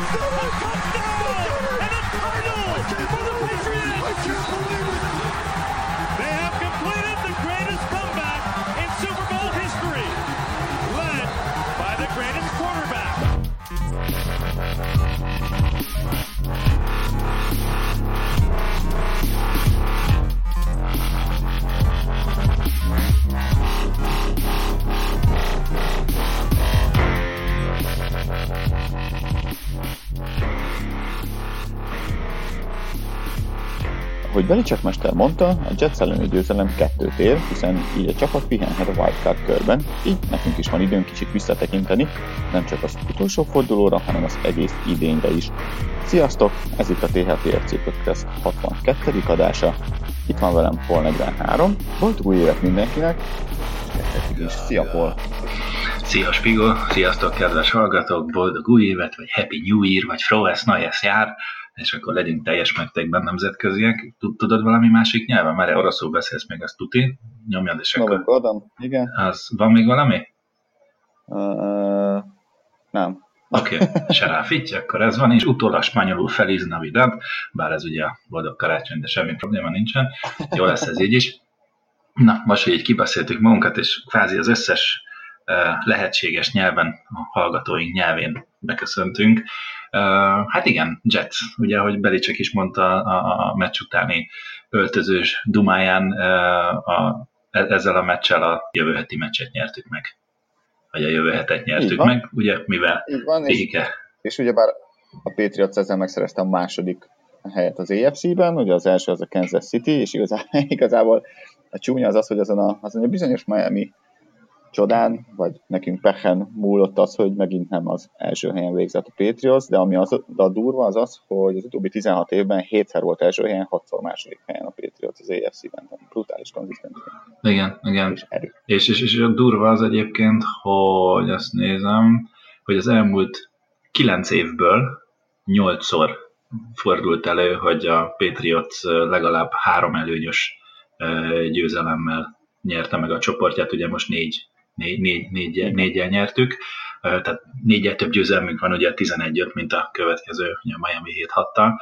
They have completed the greatest comeback in Super Bowl history, led by the greatest quarterback. Ahogy Belichick mester mondta, a Jets elleni győzelem 2-t ér, hiszen így a csapat pihenhet a wildcard körben, így nekünk is van időnk kicsit visszatekinteni, nem csak az utolsó fordulóra, hanem az egész idényre is. Sziasztok! Ez itt a THPFC Podcast 62. adása. Itt van velem Paul 43. Boldog új évet mindenkinek! És szia Paul! Szia Spigó! Sziasztok kedves hallgatók! Boldog új évet, vagy Happy New Year, vagy Frohes Neues Jahr, és akkor legyünk teljes mértékben nemzetköziek. Tudod valami másik nyelven? Már oroszul beszélsz még, azt tuti? Nyomjad, és akkor... Adam, igen. Az, van még valami? Nem. Oké, se ráfitty, akkor ez van, és utólag spanyolul Feliz Navidad, bár ez ugye a boldog karácsony, de semmi probléma nincsen. Jó lesz ez így is. Na, most, hogy így kibeszéltük magunkat, és kvázi az összes lehetséges nyelven, a hallgatóink nyelvén beköszöntünk. Hát igen, Jets, ugye, ahogy Belichick is mondta a meccs utáni öltözős dumáján, ezzel a meccsel a jövő heti meccset nyertük meg. Vagy a jövő hetet nyertük meg, ugye, mivel és ugyebár a Patriots ezzel megszerezte a második helyet az AFC-ben, ugye az első az a Kansas City, és igazából a csúnya az, hogy azon a bizonyos Miami csodán, vagy nekünk pechen múlott az, hogy megint nem az első helyen végzett a Patriots, de ami a durva az, hogy az utóbbi 16 évben 7-szer volt első helyen, 6-szor második helyen a Patriots az AFC-ben. Brutális konzisztencia. Igen. És a durva az egyébként, hogy azt nézem, hogy az elmúlt 9 évből 8-szor fordult elő, hogy a Patriots legalább 3 előnyös győzelemmel nyerte meg a csoportját, ugye most 4-jel nyertük, tehát 4-jel több győzelmünk van, ugye 11-öt, mint a következő, ugye a Miami 7-6-tal,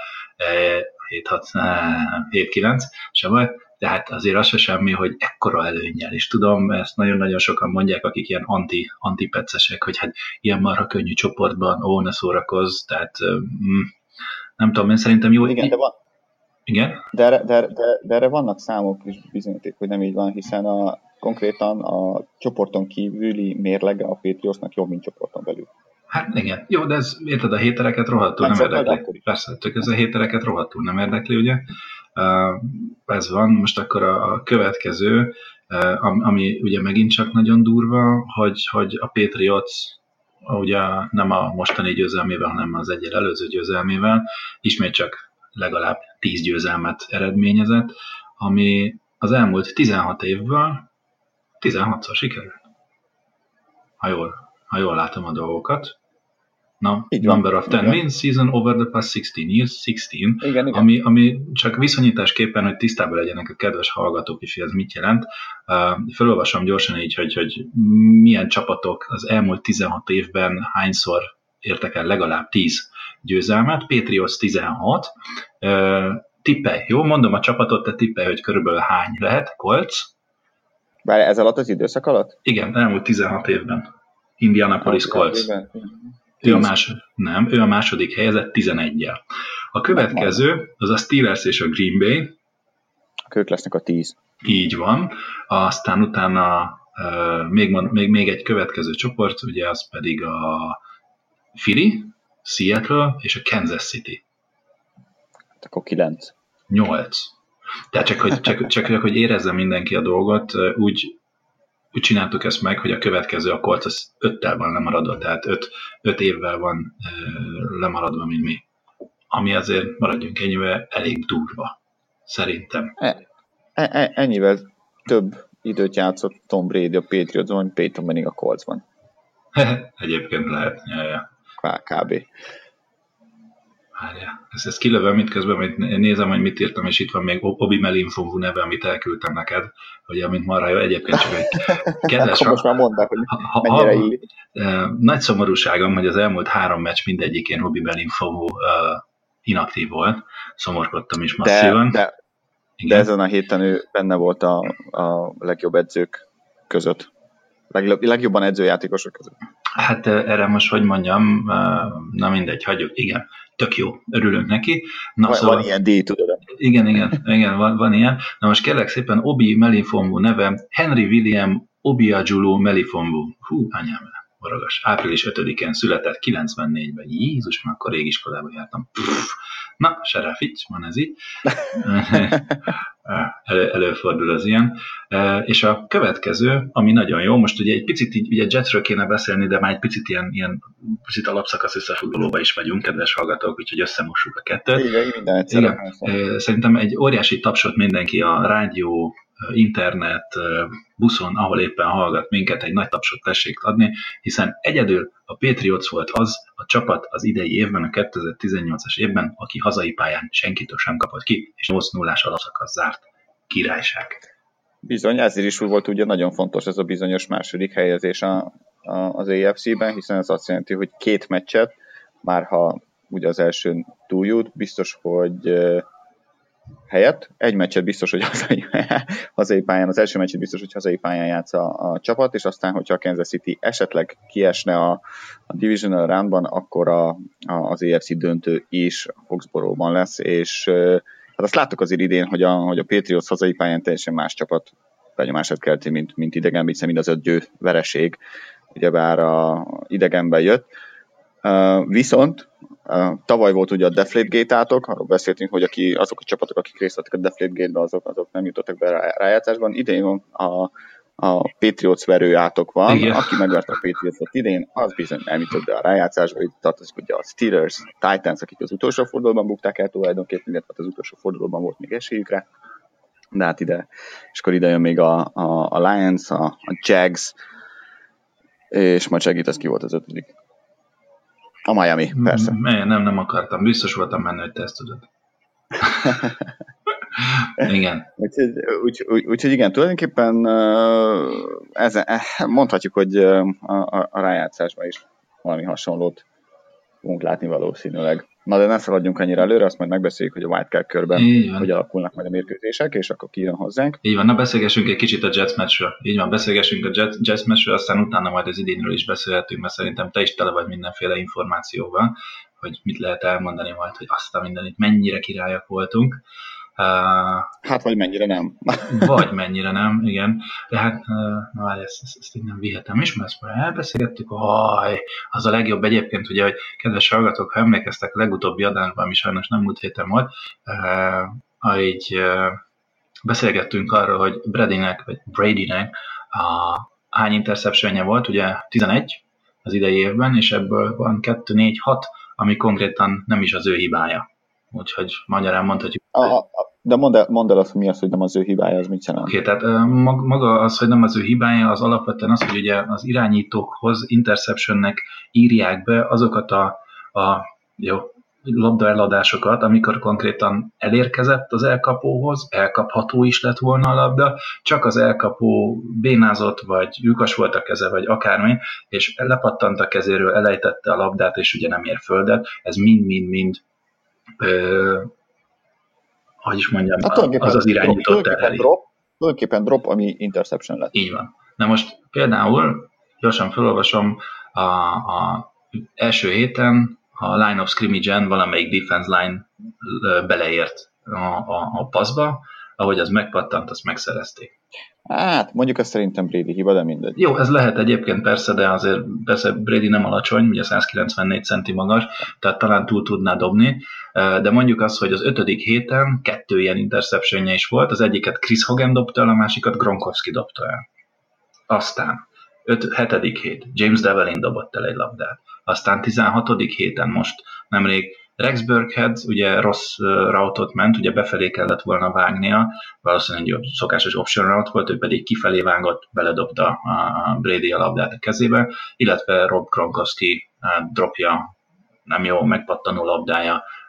7-9, sem, tehát azért az se semmi, hogy ekkora előnnyel, és tudom, ezt nagyon-nagyon sokan mondják, akik ilyen antipeccesek, hogy hát ilyen marha könnyű csoportban, ne szórakozz, tehát nem tudom, én szerintem jó. Igen, de van. Igen? De erre vannak számok és bizonyíték, hogy nem így van, hiszen konkrétan a csoporton kívüli mérlege a Patriotsnak jobb, mint csoporton belül. Hát igen. Jó, de ez, érted, a hétereket rohadtul nem érdekli. Persze, tök ez a hétereket rohadtul nem érdekli, ugye? Ez van. Most akkor a következő, ami ugye megint csak nagyon durva, hogy a Patriots ugye nem a mostani győzelmével, hanem az egyel előző győzelmével ismét csak legalább 10 győzelmet eredményezett, ami az elmúlt 16 évből 16-szor sikerült. Ha jól látom a dolgokat. Number of 10 wins season over the past 16 years, 16, igen. Ami csak viszonyításképpen, hogy tisztában legyenek a kedves hallgatók is, hogy ez mit jelent. Felolvasom gyorsan így, hogy milyen csapatok az elmúlt 16 évben hányszor értek el legalább 10 győzelmet, Patriots 16, tippelj, jó? Mondom a csapatot, te tippelj, hogy körülbelül hány lehet, Colts. Bár ez alatt az időszak alatt? Igen, elmúlt 16 évben. Indianapolis Colts. Ő a második helyezett 11-jel. A következő, az a Steelers és a Green Bay. Ők lesznek a 10. Így van. Aztán utána még egy következő csoport, ugye az pedig a Philly, Seattle és a Kansas City. Akkor 9. 8. Tehát csak hogy érezze mindenki a dolgot, úgy csináltuk ezt meg, hogy a következő a Colts az 5-tel van lemaradva, tehát 5 évvel van lemaradva, mint mi. Ami azért, maradjunk ennyivel, elég durva. Szerintem. Ennyivel több időt játszott Tom Brady a Patriotsban, mint Peyton Manning a Coltsban. Egyébként lehet. Ja. Kb. Várjál, ezt kilövöm itt közben, amit nézem, hogy mit írtam, és itt van még Obi Melinfonvu neve, amit elküldtem neked, hogy amint marha jó, egyébként csak egy kedves... most már mondd hogy mennyire illik. Nagy szomorúságom, hogy az elmúlt 3 meccs mindegyikén Obi Melinfonvu inaktív volt, szomorkodtam is masszívan. De ezen a héten ő benne volt a legjobb edzők között. Legjobban edzőjátékosok között. Hát erre most, hogy mondjam, na mindegy, hagyjuk, igen, tök jó, örülünk neki. Na, van ilyen díj, tudod? Igen, van ilyen. Na most kérlek szépen, Obi Melinfonvu neve, Henry William Obiajulu Melinfonvu. Hú, anyám, maragas. Április 5-én született 94-ben. Jézus, már akkor régiskolában jártam. Na, Serefics, van ez így. Előfordul az ilyen. És a következő, ami nagyon jó, most ugye egy picit így, ugye Jetsről kéne beszélni, de már egy picit ilyen picit alapszakasz összefoglalóba is vagyunk, kedves hallgatók, úgyhogy összemossuk a kettőt. Igen. Szerintem egy óriási tapsot mindenki a rádió, internet, buszon, ahol éppen hallgat minket, egy nagy tapsot tessék adni, hiszen egyedül a Patriots volt az a csapat az idei évben, a 2018-as évben, aki hazai pályán senkitől sem kapott ki, és 8-0-ás alapszakasz zárt. Királyság. Bizony, ezért is volt ugye nagyon fontos ez a bizonyos második helyezés az AFC-ben, hiszen ez azt jelenti, hogy 2 meccset, már ha ugye az elsőn túljut, biztos, hogy helyett, egy meccset biztos, hogy hazai pályán, az első meccset biztos, hogy hazai pályán játsz a csapat, és aztán, hogyha a Kansas City esetleg kiesne a Divisional Roundban, akkor az AFC döntő is Foxborough-ban lesz, és hát azt láttuk azért idén, hogy a Patriots hazai pályán teljesen más csapat benyomását kelti, mint idegenben, hiszen mind az 5 vereség, ugyebár idegenben jött. Viszont tavaly volt ugye a Deflategate-átok, arról beszéltünk, hogy azok a csapatok, akik részt vettek a Deflategate-be, azok nem jutottak be a rájátszásban. Idén a Patriots verőátok van, igen. Aki megverte a Patriots-ot idén, az bizony nem jutott be a rájátszásba, itt tartozik ugye a Steelers, Titans, akik az utolsó fordulóban bukták el tulajdonképpen, illetve az utolsó fordulóban volt még esélyük rá. De hát és akkor ide jön még a Lions, a Jags, és majd segítesz, ki volt az 5. A Miami, persze. Nem akartam. Biztos voltam benne, hogy te ezt tudod. Igen. Úgyhogy igen, tulajdonképpen mondhatjuk, hogy a rájátszásban is valami hasonlót fogunk látni valószínűleg. Na de ne szaladjunk annyira előre, azt majd megbeszéljük, hogy a wildcard körben hogy alakulnak majd a mérkőzések, és akkor ki jön hozzánk. Így van, na beszélgessünk egy kicsit a Jets meccsről. Így van, beszélgessünk a Jets meccsről, aztán utána majd az idényről is beszélhetünk, mert szerintem te is tele vagy mindenféle információval, hogy mit lehet elmondani majd, hogy azt a mindenit mennyire királyak voltunk. Hát vagy mennyire nem. Vagy mennyire nem, igen. De hát, na várj, ezt így nem vihetem is, mert ezt már elbeszélgettük. Az a legjobb egyébként, ugye, hogy kedves hallgatók, ha emlékeztek, a legutóbbi adásban, ami sajnos nem múlt héten volt, így beszélgettünk arról, hogy Bradynek hány interceptionje volt, ugye 11 az idei évben, és ebből van 2, 4, 6, ami konkrétan nem is az ő hibája. Úgyhogy magyarán mondhatjuk. De mondd el azt, hogy mi az, hogy nem az ő hibája, az mit jelent? Oké, tehát maga az, hogy nem az ő hibája, az alapvetően az, hogy ugye az irányítókhoz interceptionnek írják be azokat a labdaeladásokat, amikor konkrétan elérkezett az elkapóhoz, elkapható is lett volna a labda, csak az elkapó bénázott, vagy lyukas volt a keze, vagy akármi, és lepattant a kezéről, elejtette a labdát, és ugye nem ér földet. Ez mind hogy is mondjam, az irányító terheli. Tulajdonképpen drop, ami interception lett. Így van. Na most például, gyorsan felolvasom, a első héten a line of scrimmage-en valamelyik defense line beleért a passzba, ahogy az megpattant, azt megszerezték. Hát, mondjuk ez szerintem Brady hiba, de mindegy. Jó, ez lehet egyébként persze, de azért persze Brady nem alacsony, ugye 194 centi magas, tehát talán túl tudná dobni, de mondjuk azt, hogy az 5. héten 2 ilyen interceptionje is volt, az egyiket Chris Hogan dobta el, a másikat Gronkowski dobta el. Aztán 7. hét, James Develin dobott el egy labdát. Aztán 16. héten most nemrég Rex Burkhead ugye rossz routot ment, ugye befelé kellett volna vágnia, valószínűleg egy szokásos option route volt, ő pedig kifelé vágott, beledobta a Brady a labdát a kezébe, illetve Rob Gronkowski dropja, nem jó, megpattanó labdája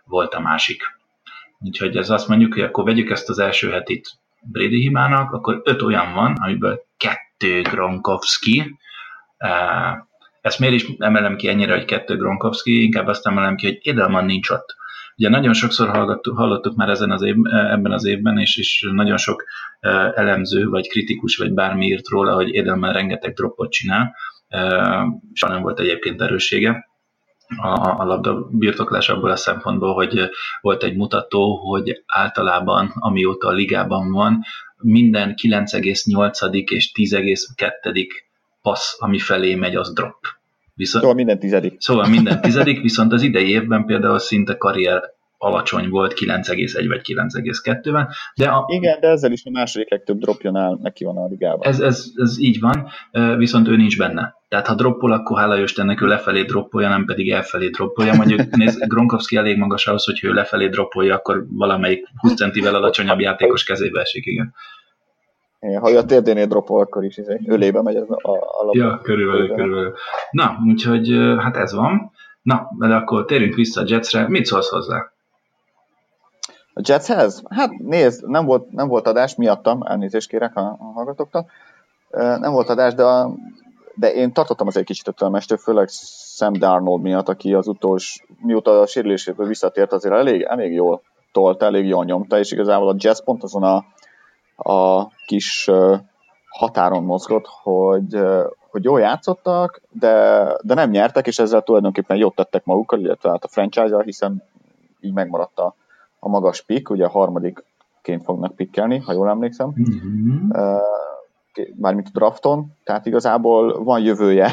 volt a másik. Úgyhogy ez azt mondjuk, hogy akkor vegyük ezt az első hetit Brady hibának, akkor 5 olyan van, amiből 2 Gronkowski. Ezt miért is emelem ki ennyire, hogy 2 Gronkowski, inkább azt emelem ki, hogy Edelman nincs ott. Ugye nagyon sokszor hallottuk már ebben az évben, és nagyon sok elemző, vagy kritikus, vagy bármi írt róla, hogy Edelman rengeteg droppot csinál, soha nem volt egyébként erőssége a labda birtoklás abból a szempontból, hogy volt egy mutató, hogy általában, amióta a ligában van, minden 9,8. és 10,2. passz, ami felé megy, az drop. Szóval minden 10. Szóval minden 10, viszont az idei évben például szinte karrier alacsony volt 9,1 vagy 9,2-ben. Igen, de ezzel is a második legtöbb dropjonál neki van a ligában. Ez így van, viszont ő nincs benne. Tehát ha droppol, akkor hála Istennek ő lefelé droppolja, nem pedig elfelé droppolja. Mondjuk Gronkowski elég magas ahhoz, hogy ő lefelé droppolja, akkor valamelyik 20 centivel alacsonyabb játékos kezébe esik, igen. Ha ő a térdénél droppol, akkor is ölébe megy a labda. Ja, körülbelül. Na, úgyhogy hát ez van. Na, de akkor térjünk vissza a Jetsre. Mit szólsz hozzá? A Jetshez? Hát nézd, nem volt adás miattam, elnézést kérek a hallgatóktól. Nem volt adás, de én tartottam azért kicsit a tölmestől, főleg Sam Darnold miatt, aki az mióta a sérüléséből visszatért, azért elég jól tolt, elég jól nyomta, és igazából a Jets pont azon a kis határon mozgott, hogy jól játszottak, de nem nyertek, és ezzel tulajdonképpen jót tettek magukkal, illetve hát a franchise-al, hiszen így megmaradt a magas pick, ugye a harmadikként fognak pickelni, ha jól emlékszem, mármint a drafton, tehát igazából van jövője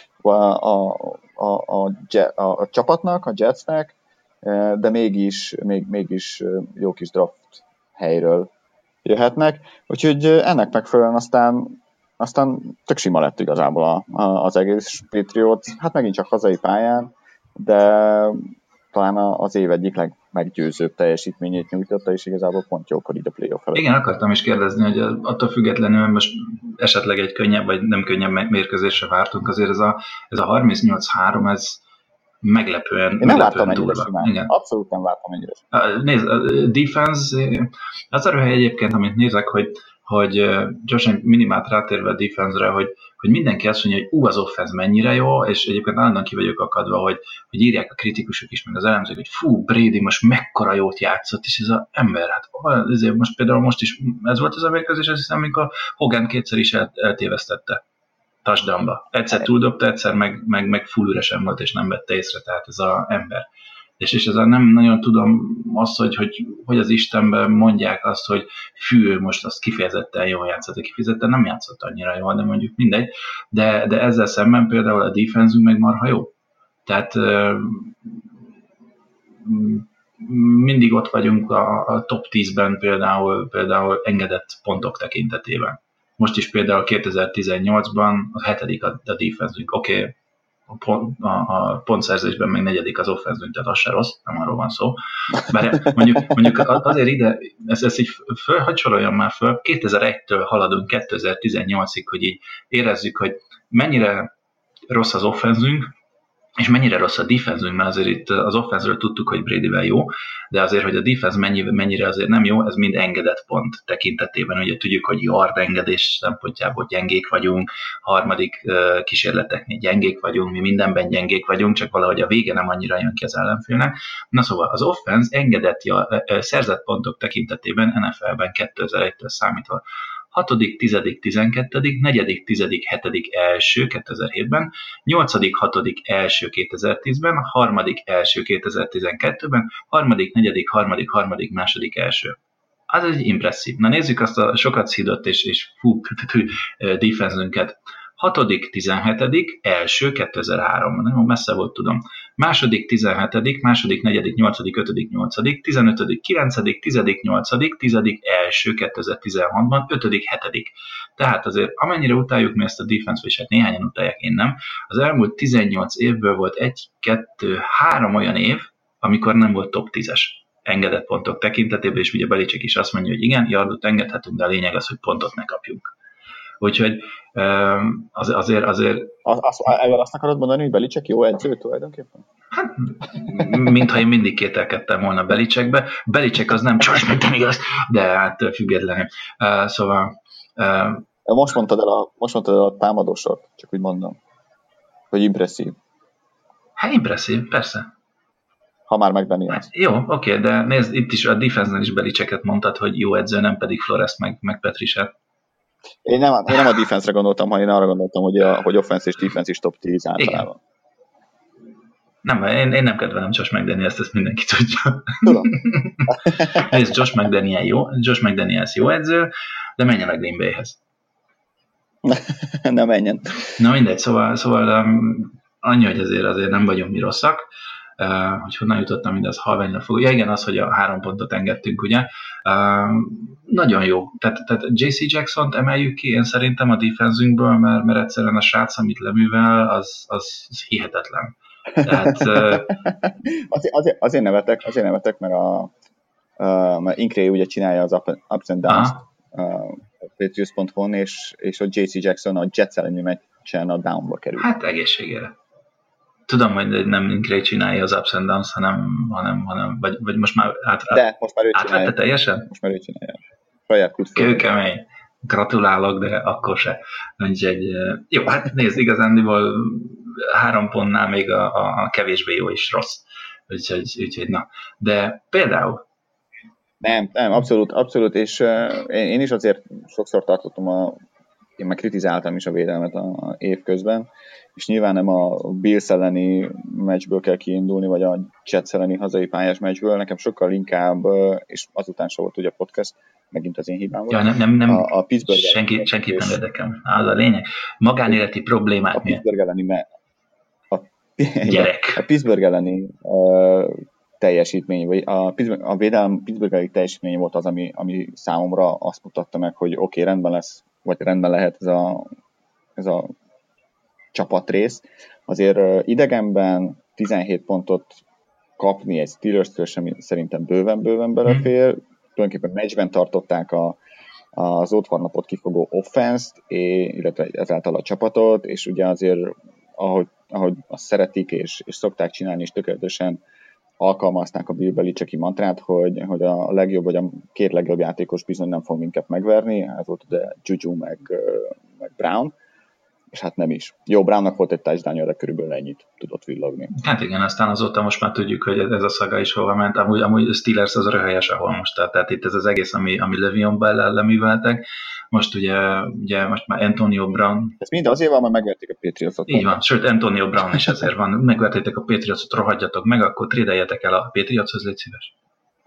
a csapatnak, a Jetsnek, de mégis jó kis draft helyről jöhetnek, úgyhogy ennek megfelelően aztán tök sima lett igazából az egész Patriots, hát megint csak hazai pályán, de talán az év egyik legmeggyőzőbb teljesítményét nyújtotta, és igazából pont jókor így a playoff előtt. Igen, akartam is kérdezni, hogy attól függetlenül most esetleg egy könnyebb, vagy nem könnyebb mérkőzésre vártunk, azért ez a 38-3, ez meglepően Én nem vártam ennyire durva. simán. Igen. Abszolút nem vártam ennyire simán. Nézd, a defense, az a hely egyébként, amit nézek, hogy gyorsan minimát rátérve a defense-re, hogy mindenki azt mondja, hogy az offense mennyire jó, és egyébként állandóan ki vagyok akadva, hogy írják a kritikusok is, meg az elemzők, hogy Brady most mekkora jót játszott, és ez az ember, hát ezért most is, ez volt az a mérkőzés, azt hiszem, amikor Hogan kétszer is eltévesztette touchdownba. Egyszer túldobta, egyszer meg full üresen volt, és nem vette észre, tehát ez az ember. És ezzel nem nagyon tudom azt, hogy az Istenben mondják azt, hogy most azt kifejezetten jól játszott, kifejezetten nem játszott annyira jól, de mondjuk mindegy. De ezzel szemben például a defensünk meg marha jó. Tehát mindig ott vagyunk a top 10-ben például engedett pontok tekintetében. Most is például 2018-ban a 7. a defensünk, oké, a pontszerzésben meg 4. az offenzünk, tehát az se rossz, nem arról van szó. Bár mondjuk azért ide, ezt így hadd soroljam már föl, 2001-től haladunk 2018-ig, hogy így érezzük, hogy mennyire rossz az offenzünk, és mennyire rossz a defensünk, mert azért itt az offenzről tudtuk, hogy Bradyvel jó, de azért, hogy a defense mennyire azért nem jó, ez mind engedett pont tekintetében. Ugye tudjuk, hogy yard engedés szempontjából gyengék vagyunk, harmadik kísérleteknél gyengék vagyunk, mi mindenben gyengék vagyunk, csak valahogy a vége nem annyira jön ki az ellenfélnek. Na szóval az offense engedett szerzett pontok tekintetében NFL-ben 2001-től számítva 6., 10., 12., 4., 10., 7. első 2007-ben, 8., 6. első 2010-ben, 3. első 2012-ben, 3., 4., 3. második első. Az egy impresszív. Na nézzük azt a sokat szídott és defense-ünket. 6., 17. első 2003-ban, nagyon messze volt, tudom. 2., 17., 2., 4., 8., 5., 8., 15., 9., 10., 8., 10. első 2016-ban, 5., 7. Tehát azért amennyire utáljuk mi ezt a defense, és hát néhányan utálják, én nem, az elmúlt 18 évből volt 1, 2, 3 olyan év, amikor nem volt top 10-es engedett pontok tekintetében, és ugye Belichick is azt mondja, hogy igen, yardot engedhetünk, de a lényeg az, hogy pontot ne kapjunk. Úgyhogy azért Ezzel azt akarod mondani, hogy Belichick jó edző tulajdonképpen? hát, mintha én mindig kételkedtem volna Belichickbe. Belichick az nem Josh McDaniels, igaz, de hát függetlenül. Szóval... Most mondtad el a támadósort, csak úgy mondom, hogy impresszív. Hát impresszív, persze. Ha már McDaniels. Jó, oké, de nézd, itt is a defense-nél is Belichicket mondtad, hogy jó edző, nem pedig Flores meg Patriciát. Én nem a defense-re gondoltam, hanem én arra gondoltam, hogy offense és defense is top 10 általában. Nem, én nem kedvelem Josh McDaniels, ezt mindenki tudja. Tudom. Nézd, Josh McDaniels jó edző, de menjen a Green Bayhez. Ne menjen. Na mindegy, szóval annyi, hogy azért nem vagyunk mi rosszak, hogy honnan jutottam mindez halványra fog. Ja igen, az, hogy a 3 pontot engedtünk, ugye. Nagyon jó. Tehát JC Jackson-t emeljük ki, én szerintem a defensünkből, mert egyszerűen a srác, amit leművel, az hihetetlen. Tehát, azért nevetek, mert Inkré ugye csinálja az Ups and Downs Patriots.hu-n, és a JC Jackson a Jets elleni meccsen a downba kerül. Hát egészségére. Tudom, hogy nem Inkré csinálja az Ups and Downs, hanem vagy most már átvette teljesen? Most már ő csinálja. Saját kutfő. Kőkemény. Gratulálok, de akkor se. Úgyhogy, jó, hát nézd, igazándiból 3 pontnál még a kevésbé jó is rossz. Úgyhogy na. De például... Nem, abszolút, és én is azért sokszor tartottam én meg kritizáltam is a védelmet a év közben, és nyilván nem a Bills elleni meccsből kell kiindulni, vagy a Jets elleni hazai pályás meccsből, nekem sokkal inkább, és azután se volt ugye a podcast, megint az én hibám volt. Ja, nem a Pittsburgh senkit nem érdekel. Az a lényeg. Magánéleti problémák a Pittsburgh elleni gyerek. A Pittsburgh elleni teljesítmény, vagy a védelem Pittsburgh teljesítmény volt az, ami számomra azt mutatta meg, hogy oké, rendben lesz, vagy rendben lehet ez a csapatrész. Azért idegenben 17 pontot kapni egy Steelers-től sem szerintem bőven belefér. Tulajdonképpen meccsben tartották az Old kifogó offense-t, illetve ezáltal a csapatot, és ugye azért, ahogy azt szeretik és szokták csinálni, és tökéletesen alkalmazták a Bill Belichicki mantrát, hogy a legjobb, vagy a 2 legjobb játékos bizony nem fog minket megverni, ez volt ugye Juju meg Brown, és hát nem is. Jó, Brownnak volt egy touchdownja, de körülbelül ennyit tudott villogni. Hát igen, aztán azóta most már tudjuk, hogy ez a szaga is hova ment. Amúgy Steelers az röhelyes, ahol most. Tehát itt ez az egész, ami Le'Veon Bell-el leműveltek. Most ugye most már Antonio Brown. Ez mind azért van, mert megverték a Patriots-ot. Így van, sőt Antonio Brown is ezért van. Megvertétek a Patriots-ot, rohadjatok meg, akkor trédeljetek el a Patriots-hoz, légy szíves.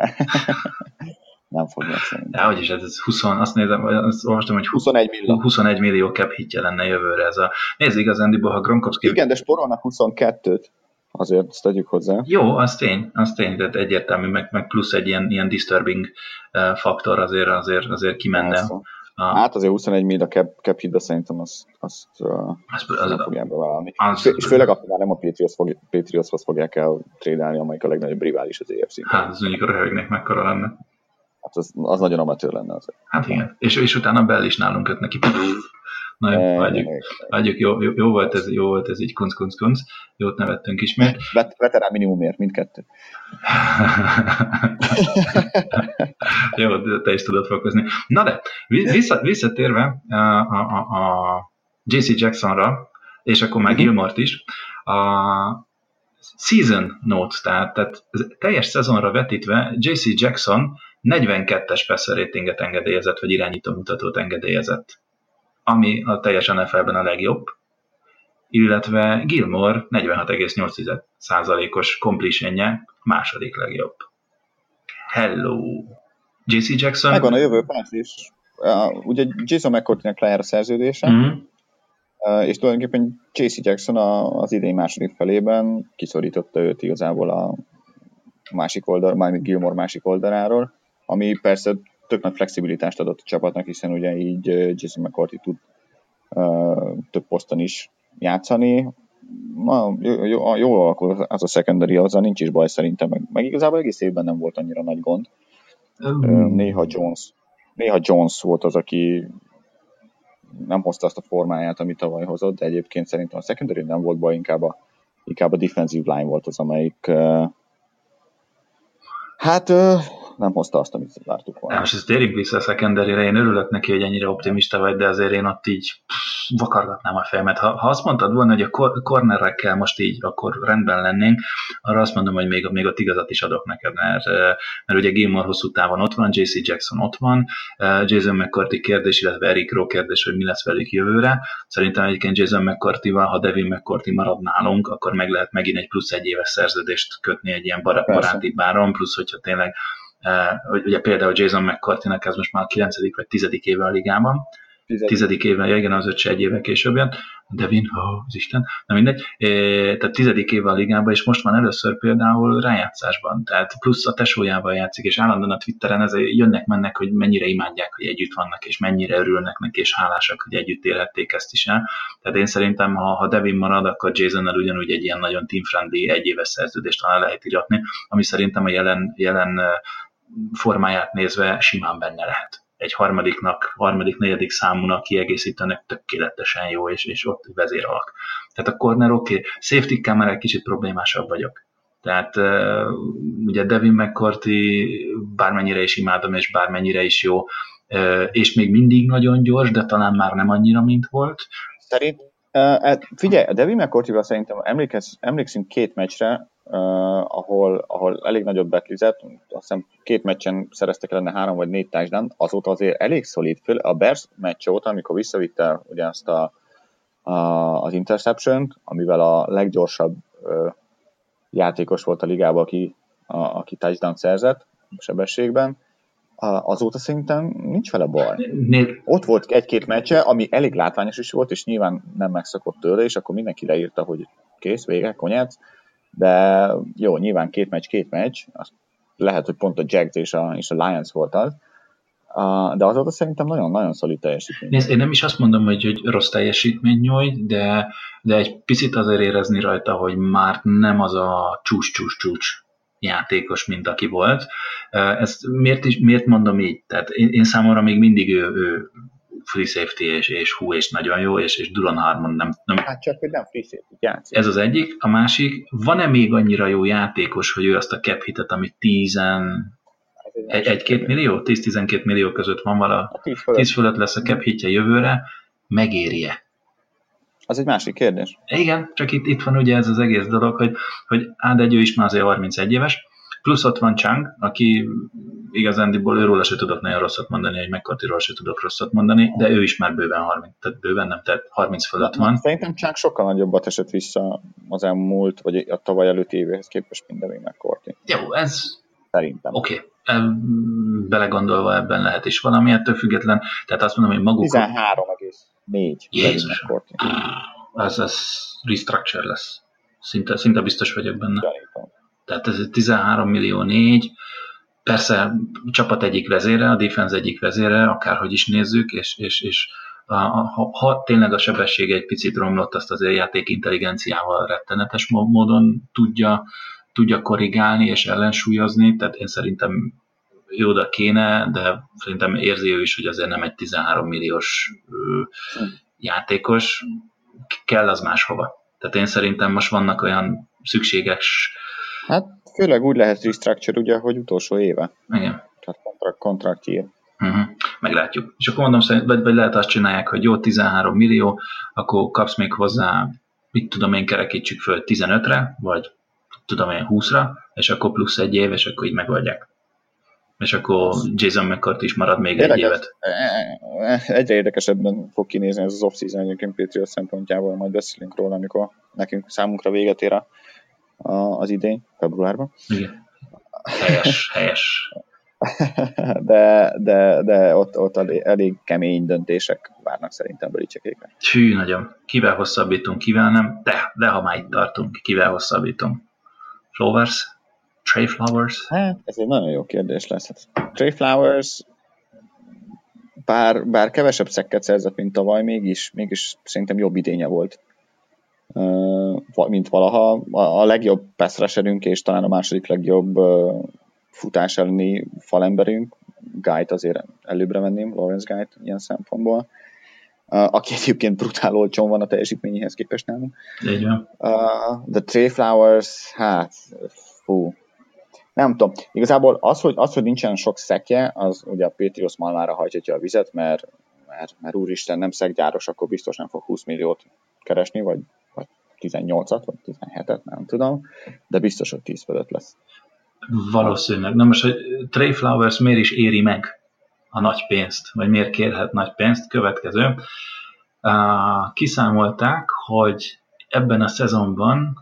Nem fogják szerintem. De hogy is ez 20, azt nézem, azt olvastam, hogy 21 millió cap hitje lenne jövőre ez a... Nézd, igazándiból, ha Gronkowski... Igen, de sporolnak 22-t, azért ezt tegyük hozzá. Jó, az tény, de egyértelmű, meg plusz egy ilyen disturbing faktor azért kimenne. Hát azért 21 millió a cap hitbe szerintem azt nem fogják bevállalni. És főleg akkor már nem a Patriotshoz fogják el trédelni, amelyik a legnagyobb rivális az AFC-ben. Hát az mondjuk a röhögnek mekkora lenne. Hát az nagyon amatőr lenne azért. Hát igen. És utána Bell is nálunk köt neki. Na jó, hagyjuk. Jó volt ez így kunc. Jót nevettünk ismét. Veterán minimumért, mindkettő. Jó, te is tudod fokozni. Na de, visszatérve a JC Jacksonra, és akkor már Gilmore-t is, a season notes, tehát teljes szezonra vetítve J.C. Jackson 42-es passer ratinget engedélyezett, vagy irányítómutatót engedélyezett, ami a teljes NFL-ben a legjobb, illetve Gilmore 46,8%-os completionje második legjobb. Hello! J.C. Jackson... Megvan a jövő pász is. Ugye Jason McCourtynek lejár a szerződése, és tulajdonképpen J.C. Jackson az idei második felében kiszorította őt igazából a másik oldal, mármint Gilmore másik oldaláról, ami persze tök nagy flexibilitást adott a csapatnak, hiszen ugye így Jason McCourty tud több poszton is játszani. Jól alakul az a secondary, azzal nincs is baj szerintem, meg igazából egész évben nem volt annyira nagy gond. Néha Jones volt az, aki nem hozta azt a formáját, amit tavaly hozott, de egyébként szerintem a secondary nem volt baj, inkább a defensive line volt az, amelyik nem hozta azt, amit vártuk volna. Most ezt térjünk vissza a secondary-re, én örülök neki, hogy ennyire optimista vagy, de azért én ott így vakargatnám a fejemet. Ha azt mondtad volna, hogy a cornerekkel most így akkor rendben lennénk, arra azt mondom, hogy még ott igazat is adok neked, mert ugye Gilmore hosszú távon ott van, JC Jackson ott van, Jason McCourty kérdés, illetve Eric Rowe kérdés, hogy mi lesz velük jövőre. Szerintem egyébként Jason McCourtyval, ha Devin McCourty marad nálunk, akkor meg lehet megint egy plusz 1 éves szerződést kötni egy ilyen baráti báron, plusz hogyha tényleg ugye például Jason McCourtynek ez most már a 9. vagy 10. éve a ligában. 10. éve, ja igen, az 5 se egy éve később jön. Devin, az Isten, nem mindegy. Tehát 10. éve a ligában, és most van először például rájátszásban. Tehát plusz a tesójával játszik, és állandóan a Twitteren ezért jönnek-mennek, hogy mennyire imádják, hogy együtt vannak, és mennyire örülnek neki, és hálásak, hogy együtt élhették ezt is el. Tehát én szerintem, ha Devin marad, akkor Jasonnal ugyanúgy egy ilyen nagyon team-friendly 1 éves szerződést talán lehet iratni, ami szerintem a jelen formáját nézve simán benne lehet. Egy harmadik, negyedik számúnak kiegészítenek tökéletesen jó, és ott vezéralak. Tehát a corner oké. Safety-kkel már egy kicsit problémásabb vagyok. Tehát ugye Devin McCourty bármennyire is imádom, és bármennyire is jó, és még mindig nagyon gyors, de talán már nem annyira, mint volt. Figyelj, a Devin McCourtyval szerintem emlékszünk 2 meccsre, ahol elég nagyot betlizett, azt hiszem 2 meccsen szereztek ellene 3 vagy 4 touchdown, azóta azért elég szolid, a Bears meccs óta, amikor visszavitte ugye azt az interception-t, amivel a leggyorsabb játékos volt a ligában, aki touchdown szerzett sebességben, azóta szerintem nincs vele baj. Ott volt 1-2 meccse, ami elég látványos is volt, és nyilván nem megszokott tőle, és akkor mindenki leírta, hogy kész, vége, konyec. De jó, nyilván 2 meccs, azt lehet, hogy pont a Jags és a Lions volt az, de azóta szerintem nagyon-nagyon szolid teljesítmény. Nézd, én nem is azt mondom, hogy rossz teljesítmény nyújt, de egy picit azért érezni rajta, hogy már nem az a csúcs játékos, mint aki volt. Ezt miért mondom így? Tehát én számomra még mindig ő free safety és nagyon jó, és Duran Harmon nem... Hát csak, hogy nem free safety játszik. Ez az egyik. A másik, van-e még annyira jó játékos, hogy ő azt a cap hitet, ami 1-2 millió? 10-12 millió között van vala, 10 fölött lesz a cap hitje jövőre, megéri-e? Az egy másik kérdés. Igen, csak itt van ugye ez az egész dolog, hogy de ő is már azért 31 éves, plusz ott van Chang, aki igazándiból őróla se tudok nagyon rosszat mondani, hogy McCourtyról se tudok rosszat mondani, de ő is már bőven 30, tehát 30 fölött van. Szerintem Chang sokkal nagyobbat esett vissza az elmúlt, vagy a tavaly előtti évéhez képest, mint Devin McCourty. Jó, ez... Szerintem. Oké. Belegondolva ebben lehet is valami, ettől független, tehát azt mondom, hogy maguk... 13,4 Devin McCourty. Ez restructure lesz. Szinte biztos vagyok benne. Tehát ez 13 millió 4, persze csapat egyik vezére, a defense egyik vezére, akárhogy is nézzük, és ha tényleg a sebessége egy picit romlott, azt azért játék intelligenciával rettenetes módon tudja korrigálni és ellensúlyozni, tehát én szerintem ő oda kéne, de szerintem érzi ő is, hogy azért nem egy 13 milliós játékos, kell az máshova. Tehát én szerintem most vannak olyan szükséges... Hát főleg úgy lehet restructure, ugye, hogy utolsó éve. Igen. Tehát kontrakt ír. Meglátjuk. És akkor mondom, vagy lehet azt csinálják, hogy jó, 13 millió, akkor kapsz még hozzá, mit tudom én, kerekítsük föl 15-re, vagy tudom én 20-ra, és akkor plusz 1 év, és akkor így megoldják. És akkor Jason McCourty is marad még egy évet. Egyre érdekesebben fog kinézni ez az off-season egyébként Patriots szempontjából, majd beszélünk róla, amikor számunkra véget ér az idény, februárban. Igen. Helyes. De ott elég kemény döntések várnak szerintem Belichickékre. Hű, nagyon. Kivel hosszabbítunk, kivel nem? De ha már itt tartunk, kivel hosszabbítunk? Trey Flowers? Hát, ez egy nagyon jó kérdés lesz. Trey Flowers, bár kevesebb szekket szerzett, mint tavaly, mégis szerintem jobb idénye volt, mint valaha. A legjobb pass rusherünk, és talán a második legjobb futás elleni falemberünk. Guy-t azért előbbre venném, Lawrence Guy-t ilyen szempontból. aki egyébként brutál olcsón van a teljesítményéhez képest nálunk. Így van. De Trey Flowers, hát, fú, nem tudom. Igazából az, hogy nincsen sok szekje, az ugye a Patriots malmára hajtja a vizet, mert úristen, nem szekgyáros, akkor biztos nem fog 20 milliót keresni, vagy 18-at, vagy 17-et, nem tudom, de biztos, hogy 10 fölött lesz. Valószínűleg. Na most, hogy Trey Flowers miért is éri meg a nagy pénzt, vagy miért kérhet nagy pénzt? Következő. Kiszámolták, hogy ebben a szezonban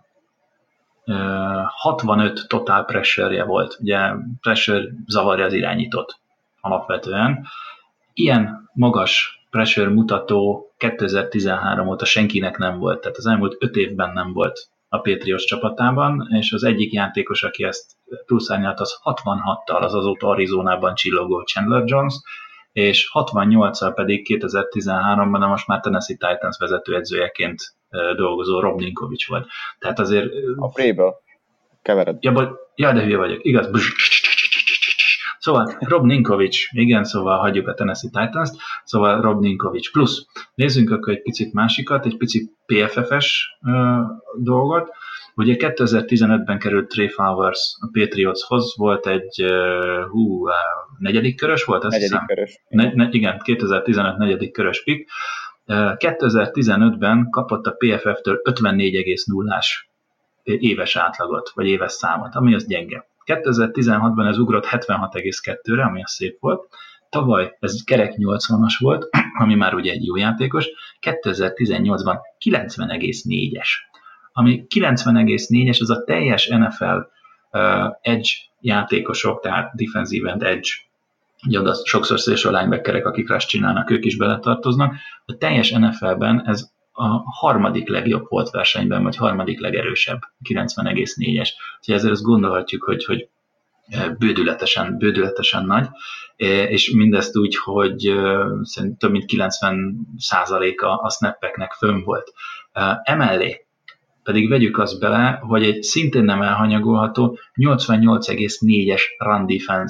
65 total pressure-je volt. Ugye pressure zavarja az irányítót alapvetően. Ilyen magas pressure mutató 2013 óta senkinek nem volt, tehát az elmúlt 5 évben nem volt a Patriots csapatában, és az egyik játékos, aki ezt túlszárnyalt, az 66-tal az azóta Arizonában csillogó Chandler Jones, és 68-al pedig 2013-ban a most már Tennessee Titans vezetőedzőjeként dolgozó Rob Ninkovich volt. Tehát azért... A Préből kevered. Ja, de hülye vagyok. Igaz? Szóval Rob Ninkovich, igen, szóval hagyjuk a Tennessee Titans-t, szóval Rob Ninkovich plusz. Nézzünk akkor egy picit másikat, egy picit PFF-es dolgot. Ugye 2015-ben került Trey Flowers a Patriotshoz, volt egy negyedik körös volt? Negyedik körös. Igen, 2015 negyedik körös pick. 2015-ben kapott a PFF-től 54,0-ás éves átlagot, vagy éves számot, ami az gyenge. 2016-ban ez ugrott 76,2-re, ami az szép volt. Tavaly ez kerek 80-as volt, ami már ugye egy jó játékos. 2018-ban 90,4-es. Ami 90,4-es, az a teljes NFL edge játékosok, tehát defensive end edge, ugye oda sokszor szélső linebackerek, akik rush csinálnak, ők is beletartoznak. A teljes NFL-ben ez a harmadik legjobb volt versenyben, vagy harmadik legerősebb, 90,4-es. Úgyhogy ezért azt gondolhatjuk, hogy bődületesen nagy, és mindezt úgy, hogy szerintem több mint 90%-a a snappeknek fönn volt. Emellé pedig vegyük azt bele, hogy egy szintén nem elhanyagolható 88,4-es run defense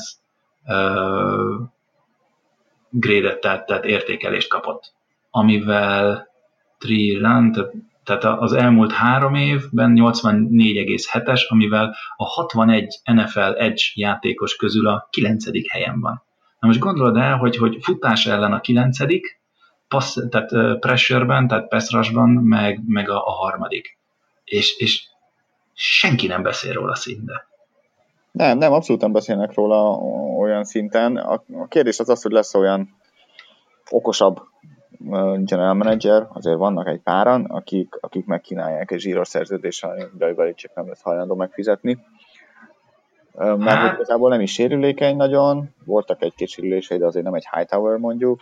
grade-et, tehát értékelést kapott, amivel tehát az elmúlt 3 évben 84,7-es, amivel a 61 NFL Edge játékos közül a 9. helyen van. Na most gondolod el, hogy futás ellen a 9., tehát pressure-ben, tehát pass rush-ban, meg a 3. És senki nem beszél róla szinte. Nem, abszolút nem beszélnek róla olyan szinten. A kérdés az, hogy lesz olyan okosabb general manager, azért vannak egy páran, akik megkínálják egy zsíros szerződéssel, de Belichick nem lesz hajlandó megfizetni. Mert hogy igazából nem is sérülékeny nagyon, voltak egy-két sérülései, de azért nem egy Hightower mondjuk.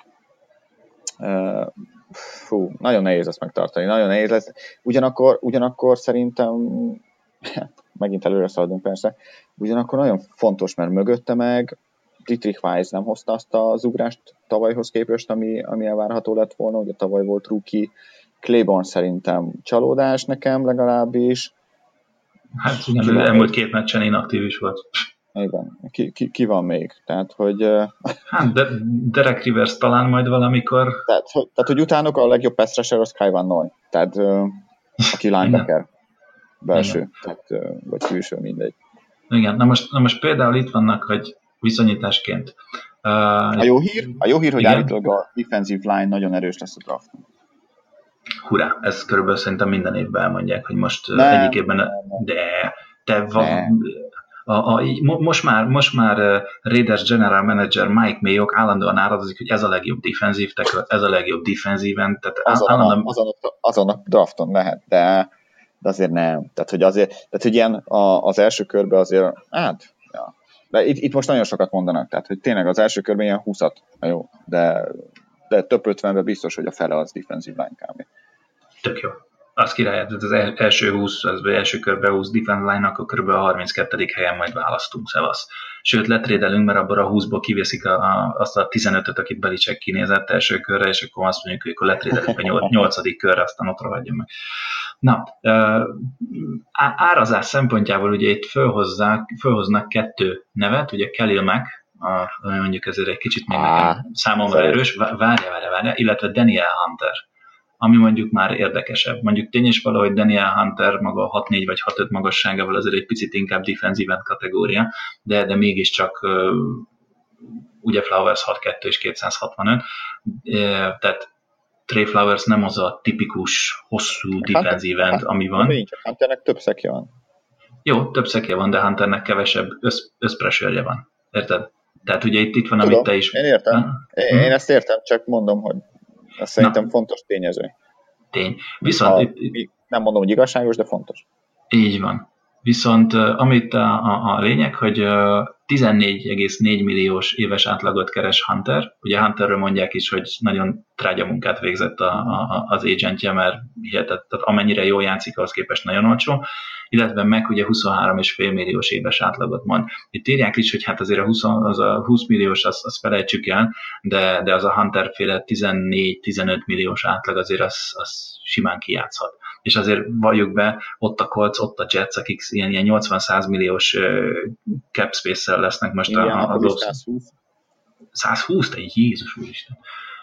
Nagyon nehéz ezt megtartani, nagyon nehéz lesz. Ugyanakkor szerintem, megint előre szaladunk persze, ugyanakkor nagyon fontos, mert mögötte meg Dietrich Weiss nem hozta azt az ugrást tavalyhoz képest, ami elvárható lett volna, ugye tavaly volt rookie, Claiborne szerintem csalódás nekem legalábbis. Hát igen, elmúlt 2 meccsen inaktív is volt. Igen, ki van még? Tehát, hogy... Hát, Derek Rivers talán majd valamikor... Tehát hogy utánok a legjobb pass rusher az Kai Van Noy, tehát aki linebacker, belső, tehát, vagy külső, mindegy. Igen, na most például itt vannak, hogy viszonyításként. A jó hír, hogy állítólag a defensive line nagyon erős lesz a drafton. Hurrá, ezt körülbelül szerintem minden évben elmondják, hogy most egyik évben... Most már Raiders General Manager Mike Mayock állandóan áradozik, hogy ez a legjobb defensive tackle, ez a legjobb defensive end. Tehát azon a drafton lehet, de azért nem. Tehát, hogy ilyen az első körben azért, de itt most nagyon sokat mondanak, tehát, hogy tényleg az első körben ilyen 20-at, jó, de több 50-ben biztos, hogy a fele az defensive line kb. Tök jó. Az király, az első 20, az első körben 20 defense line-nak, akkor kb. A 32. helyen majd választunk, szevasz. Sőt, letrédelünk, mert abban a 20-ból kiveszik azt a 15-öt, akit Belichick kinézett első körre, és akkor azt mondjuk, hogy akkor letrédelünk a 8. körre, aztán ott rohadjon meg. Na, árazás szempontjából ugye itt fölhoznak 2 nevet, ugye Khalil Mack, mondjuk ezért egy kicsit még nekem számomra erős, várja, illetve Daniel Hunter, ami mondjuk már érdekesebb. Mondjuk tény is valahogy Daniel Hunter maga 6-4 vagy 6-5 magasságával azért egy picit inkább defensive end kategória, de mégiscsak ugye Flowers 6'2 és 265, tehát Trey Flowers nem az a tipikus, hosszú defensive end, ami van. Hunternek több szekje van. Jó, több szekje van, de Hunternek kevesebb összpressure-je van. Érted? Tehát ugye itt van, amit te is... Én értem. Én ezt értem, csak mondom, hogy ez szerintem fontos tényező. Tény. Viszont... Nem mondom, hogy igazságos, de fontos. Így van. Viszont amit a lényeg, hogy 14,4 milliós éves átlagot keres Hunter. Ugye Hunterről mondják is, hogy nagyon trágya munkát végzett az agentje, mert hihetett, tehát amennyire jól játszik, ahhoz képest nagyon olcsó, illetve meg ugye 23,5 milliós éves átlagot mond. Itt írják is, hogy hát azért az a 20 milliós, azt felejtsük el, de az a Hunter-féle 14-15 milliós átlag azért az simán kijátszhat. És azért valljuk be, ott a Colts, ott a Jets, akik ilyen 80-100 milliós cap space-szel lesznek most igen, a 120. 120? Te Jézus úristen.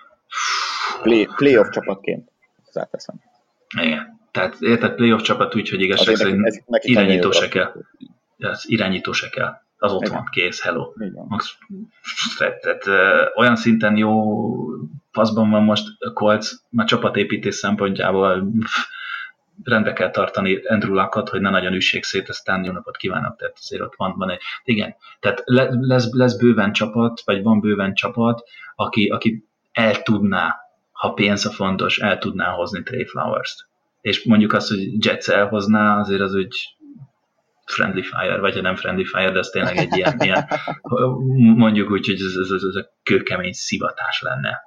Playoff csapatként. Hozzáteszem. Igen. Tehát érted, playoff csapat úgy, hogy igazság szerint irányító se kell. Az irányító se kell. Az ott van, kész, hello. Tehát olyan szinten jó paszban van most a Colts, a csapatépítés szempontjából rendbe kell tartani Andrew Luckot, hogy ne nagyon üssék szét, aztán jó napot kívánok, tehát azért ott van egy... Igen, tehát lesz bőven csapat, vagy van bőven csapat, aki el tudná, ha pénz a fontos, el tudná hozni Trey Flowers-t. És mondjuk azt, hogy Jets elhozná, azért az úgy friendly fire, vagy ha nem friendly fire, de ez tényleg egy ilyen mondjuk úgy, hogy ez a kőkemény szivatás lenne.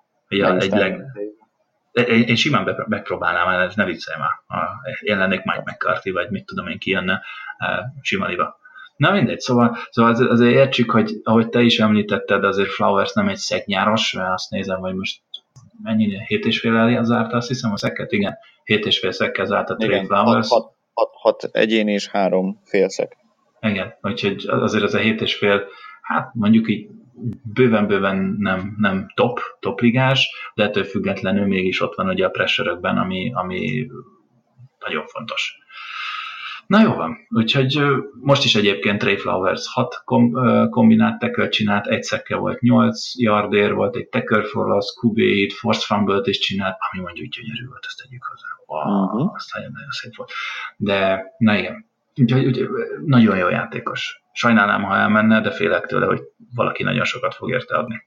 Én simán megpróbálnám, ez ne viccelj már. Én lennék Mike McCarthy, vagy mit tudom én, ki jönne simaniba. Na mindegy, szóval azért értsük, hogy ahogy te is említetted, azért Flowers nem egy szeknyáros, azt nézem, hogy most mennyi 7,5-el zárta, azt hiszem a szekket, igen, 7,5 szekkel zárt a Trey Flowers. 6 egyén és 3 félszek. Igen, úgyhogy azért ez a 7,5, hát mondjuk így bőven nem top ligás, de ettől függetlenül mégis ott van ugye a pressure-ökben, ami nagyon fontos. Na jó van, úgyhogy most is egyébként Trey Flowers 6 kombinált tackle csinált, egy szekke volt 8 yardér, volt egy tackle for loss, QB-t, forced fumble-t is csinált, ami mondjuk gyönyörű volt, azt tegyük hozzá. Wow, azt nagyon szép volt. De, na igen, úgyhogy nagyon jó játékos. Sajnálnám, ha elmenne, de félek tőle, hogy valaki nagyon sokat fog érte adni.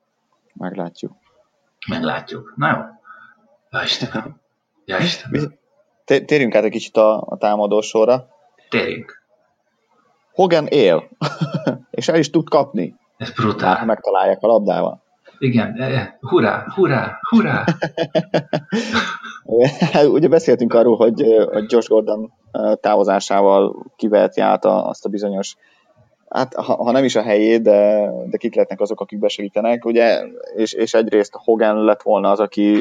Meglátjuk. Na jó. Ja, Istenem. Térjünk át egy kicsit a támadó sorra. Térjünk. Hogan él, és el is tud kapni. Ez brutál. Ha megtalálják a labdával. Igen, hurrá! Ugye beszéltünk arról, hogy Josh Gordon távozásával kiveheti át azt a bizonyos, hát ha nem is a helyét, de kik lehetnek azok, akik besegítenek, ugye, és egyrészt Hogan lett volna az,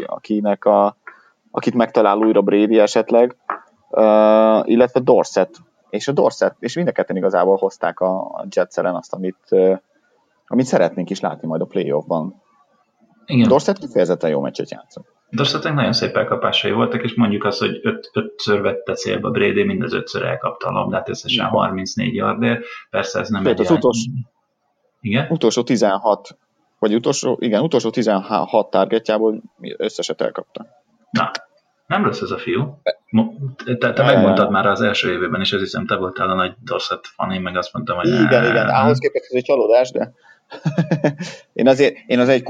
akit megtalál újra Brady esetleg, illetve Dorsett. És mind a ketten igazából hozták a Jets ellen azt, amit szeretnénk is látni majd a playoffban. Igen. Dorsett kifejezetten jó meccset játszott. Dorsettnek nagyon szép elkapásai voltak, és mondjuk az, hogy 5-ször vette célba Brady, mind az 5-ször elkapta a labdát, összesen 34 yardért. Persze ez nem egy... Utolsó 16, vagy utolsó 16 targetjából összeset elkapta. Na, nem rossz ez a fiú. Te megmondtad már az első évben, és azt hiszem, te voltál a nagy Dorsett fan, én meg azt mondtam, hogy... Igen, ahhoz képest ez egy csalódás, de én azért egy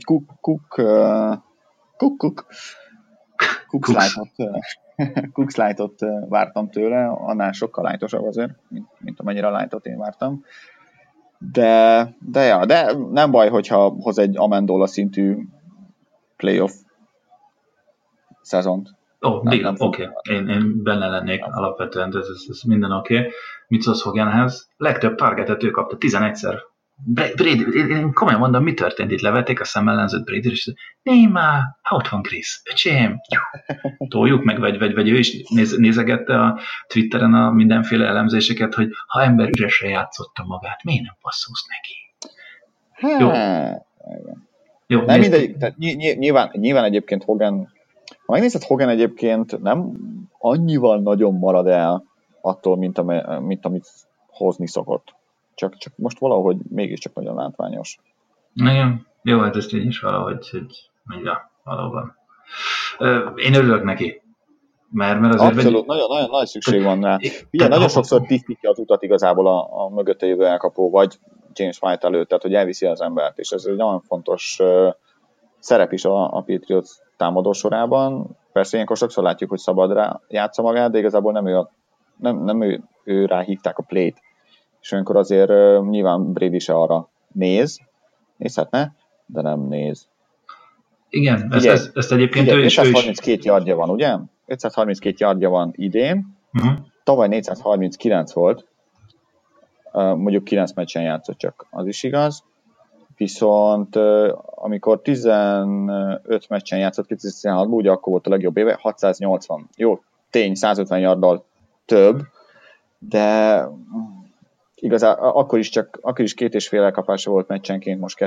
Cook Light-ot vártam tőle, annál sokkal lightosabb azért, mint amennyire lightot én vártam. De nem baj, hogyha hoz egy Amendola szintű playoff szezont. Oké. Én benne lennék alapvetően, ez minden oké. Mit szólsz Hoganhez? Legtöbb targetet ő kapta 11-szer. Brady, én komolyan mondom, mi történt itt? Levették a szemellenzőt Brady, és négy már, ott van Chris, öcsém, toljuk meg, vagy ő is nézegette a Twitteren a mindenféle elemzéseket, hogy ha ember üresre játszotta magát, miért nem passzolsz neki? Jó, nem mindegy, tehát nyilván egyébként Hogan, ha megnézed, Hogan egyébként nem annyival nagyon marad el attól, mint amit hozni szokott. Csak most valahogy mégiscsak nagyon látványos. Igen, jó, hát ezt én is valahogy, hogy valóban. Én örülök neki. Mert azért abszolút, nagyon nagy szükség van rá. Ugye, nagyon sokszor tisztítja az utat igazából a mögötte jövő elkapó, vagy James White előtt, tehát hogy elviszi az embert, és ez egy nagyon fontos szerep is a Patriots támadó sorában. Persze ilyenkor sokszor látjuk, hogy szabadra játsza magát, de igazából nem ő rá hívták a play-t. És olyankor azért nyilván Brady se arra nézhetne, de nem néz. Igen, ezt egyébként ő is. 532 yardja van, ugye? 532 yardja van idén, tavaly 439 volt, mondjuk 9 meccsen játszott csak, az is igaz. Viszont amikor 15 meccsen játszott 2016-ban, ugye akkor volt a legjobb éve, 680. Jó, tény, 150 yarddal több, de igazából akkor is 2,5 elkapása volt meccsenként, most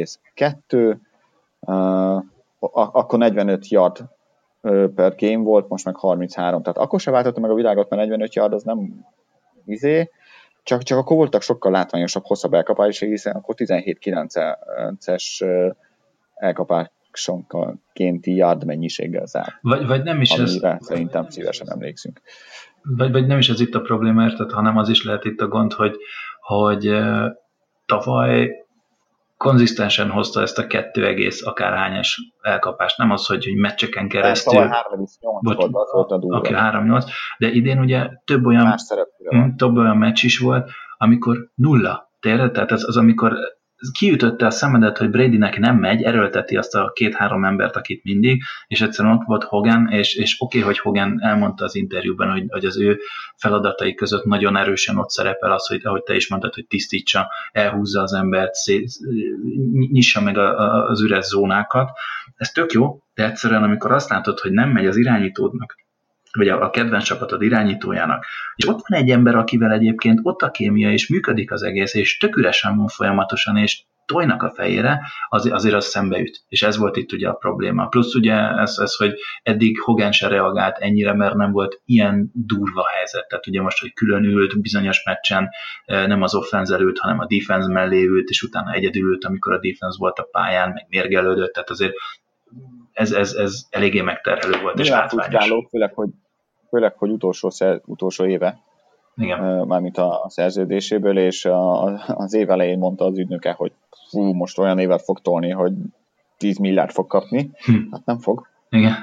2,2. Akkor 45 yard per game volt, most meg 33. Tehát akkor se váltotta meg a világot, mert 45 yard az nem csak akkor voltak sokkal látványosabb, hosszabb elkapások, hiszen akkor 17-9-es elkapásonkénti yard mennyiséggel zárt. Vagy nem is amire szerintem szívesen emlékszünk. Vagy nem is ez itt a probléma, érted, hanem az is lehet itt a gond, hogy tavaly konzisztensen hozta ezt a 2, akárhányas elkapást. Nem az, hogy meccseken keresztül. Tavaly 3,8 volt a durva. Oké, 3,8. De idén ugye több olyan meccs is volt, amikor 0. Tényleg? Tehát az amikor kiütötte a szemedet, hogy Bradynek nem megy, erőlteti azt a 2-3 embert, akit mindig, és egyszerűen ott volt Hogan, és oké, hogy Hogan elmondta az interjúban, hogy az ő feladatai között nagyon erősen ott szerepel az, hogy ahogy te is mondtad, hogy tisztítsa, elhúzza az embert, nyissa meg az üres zónákat. Ez tök jó, de egyszerűen amikor azt látod, hogy nem megy az irányítódnak, vagy a kedvenc csapatod irányítójának, és ott van egy ember, akivel egyébként ott a kémia, és működik az egész, és tök üresen van folyamatosan, és tojnak a fejére, azért az szembeüt. És ez volt itt ugye a probléma. Plusz ugye ez hogy eddig Hogan se reagált ennyire, mert nem volt ilyen durva helyzet. Tehát ugye most, hogy külön ült bizonyos meccsen, nem az offense ült, hanem a defense mellé ült, és utána egyedül ült, amikor a defense volt a pályán, meg mérgelődött, tehát azért ez eléggé megterhelő volt, és látványos. Főleg, hogy utolsó éve, igen. Mármint a szerződéséből, és az év elején mondta az ügynöke, hogy most olyan évet fog tolni, hogy 10 milliárd fog kapni. Hát nem fog. Igen.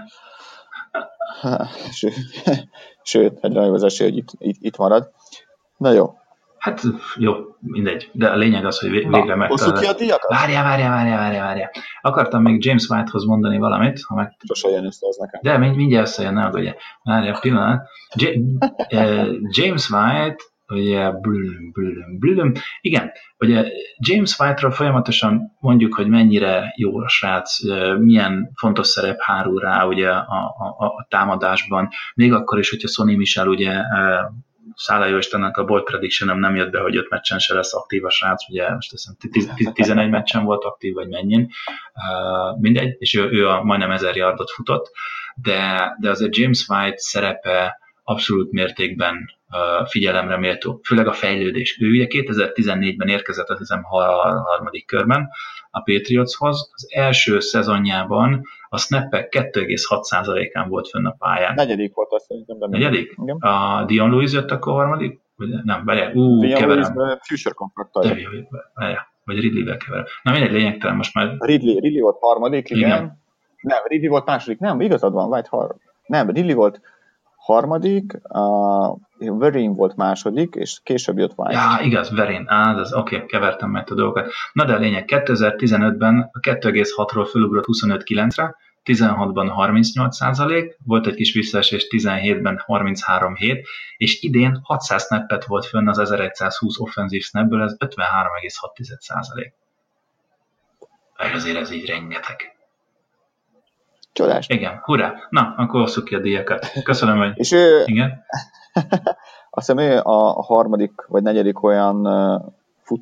Sőt, egy nagyon az esély, hogy itt marad. Na jó. Hát jó, mindegy. De a lényeg az, hogy végre megtalálod. Hosszuk ki a díjakat? Várjál. Akartam még James White-hoz mondani valamit. Sose jön össze az nekem. De mindjárt összejön, ne aggódj. Várjál, pillanat. James White, ugye, igen, ugye James White-ról folyamatosan mondjuk, hogy mennyire jó a srác, milyen fontos szerep hárul rá ugye a támadásban, még akkor is, hogyha Sonny Michel ugye Szála jó Istennek a bold prediction nem jött be, hogy 5 meccsen se lesz aktív a srác, ugye most azt hiszem 11 meccsen volt aktív, vagy mennyin, mindegy, és ő a majdnem 1000 yardot futott, de azért James White szerepe abszolút mértékben figyelemre méltó, főleg a fejlődés. Ő ugye 2014-ben érkezett, azt hiszem, harmadik körben a Patriotshoz. Az első szezonjában a snappek 2,6%-án volt fönn a pályán. Negyedik volt azt szerintem. Negyedik? A Dion Lewis jött akkor harmadik? Nem, várjál, keverem. Dion Future contractalja. Vagy Ridley-vel keverem. Na mindegy, lényegtelen most már. Ridley volt harmadik, igen. Nem, Ridley volt második, nem, igazad van, White harmadik. Nem, Ridley volt harmadik, Vereen volt második, és később jött White. Ja, igaz, Vereen. Oké, kevertem meg a dolgokat. Na de a lényeg, 2015-ben a 2,6-ról fölugrott 25,9-re, 16-ban 38%, volt egy kis visszaesés 17-ben 33,7, és idén 600 snappet volt fönn az 1120 offenzív snapből, ez 53,6%. Azért ez így rengeteg. Csodás. Igen, hurrá! Na, akkor osszuk ki a díjakat. Köszönöm, hogy... És ő... Igen? Azt hiszem, ő a harmadik vagy negyedik olyan futó,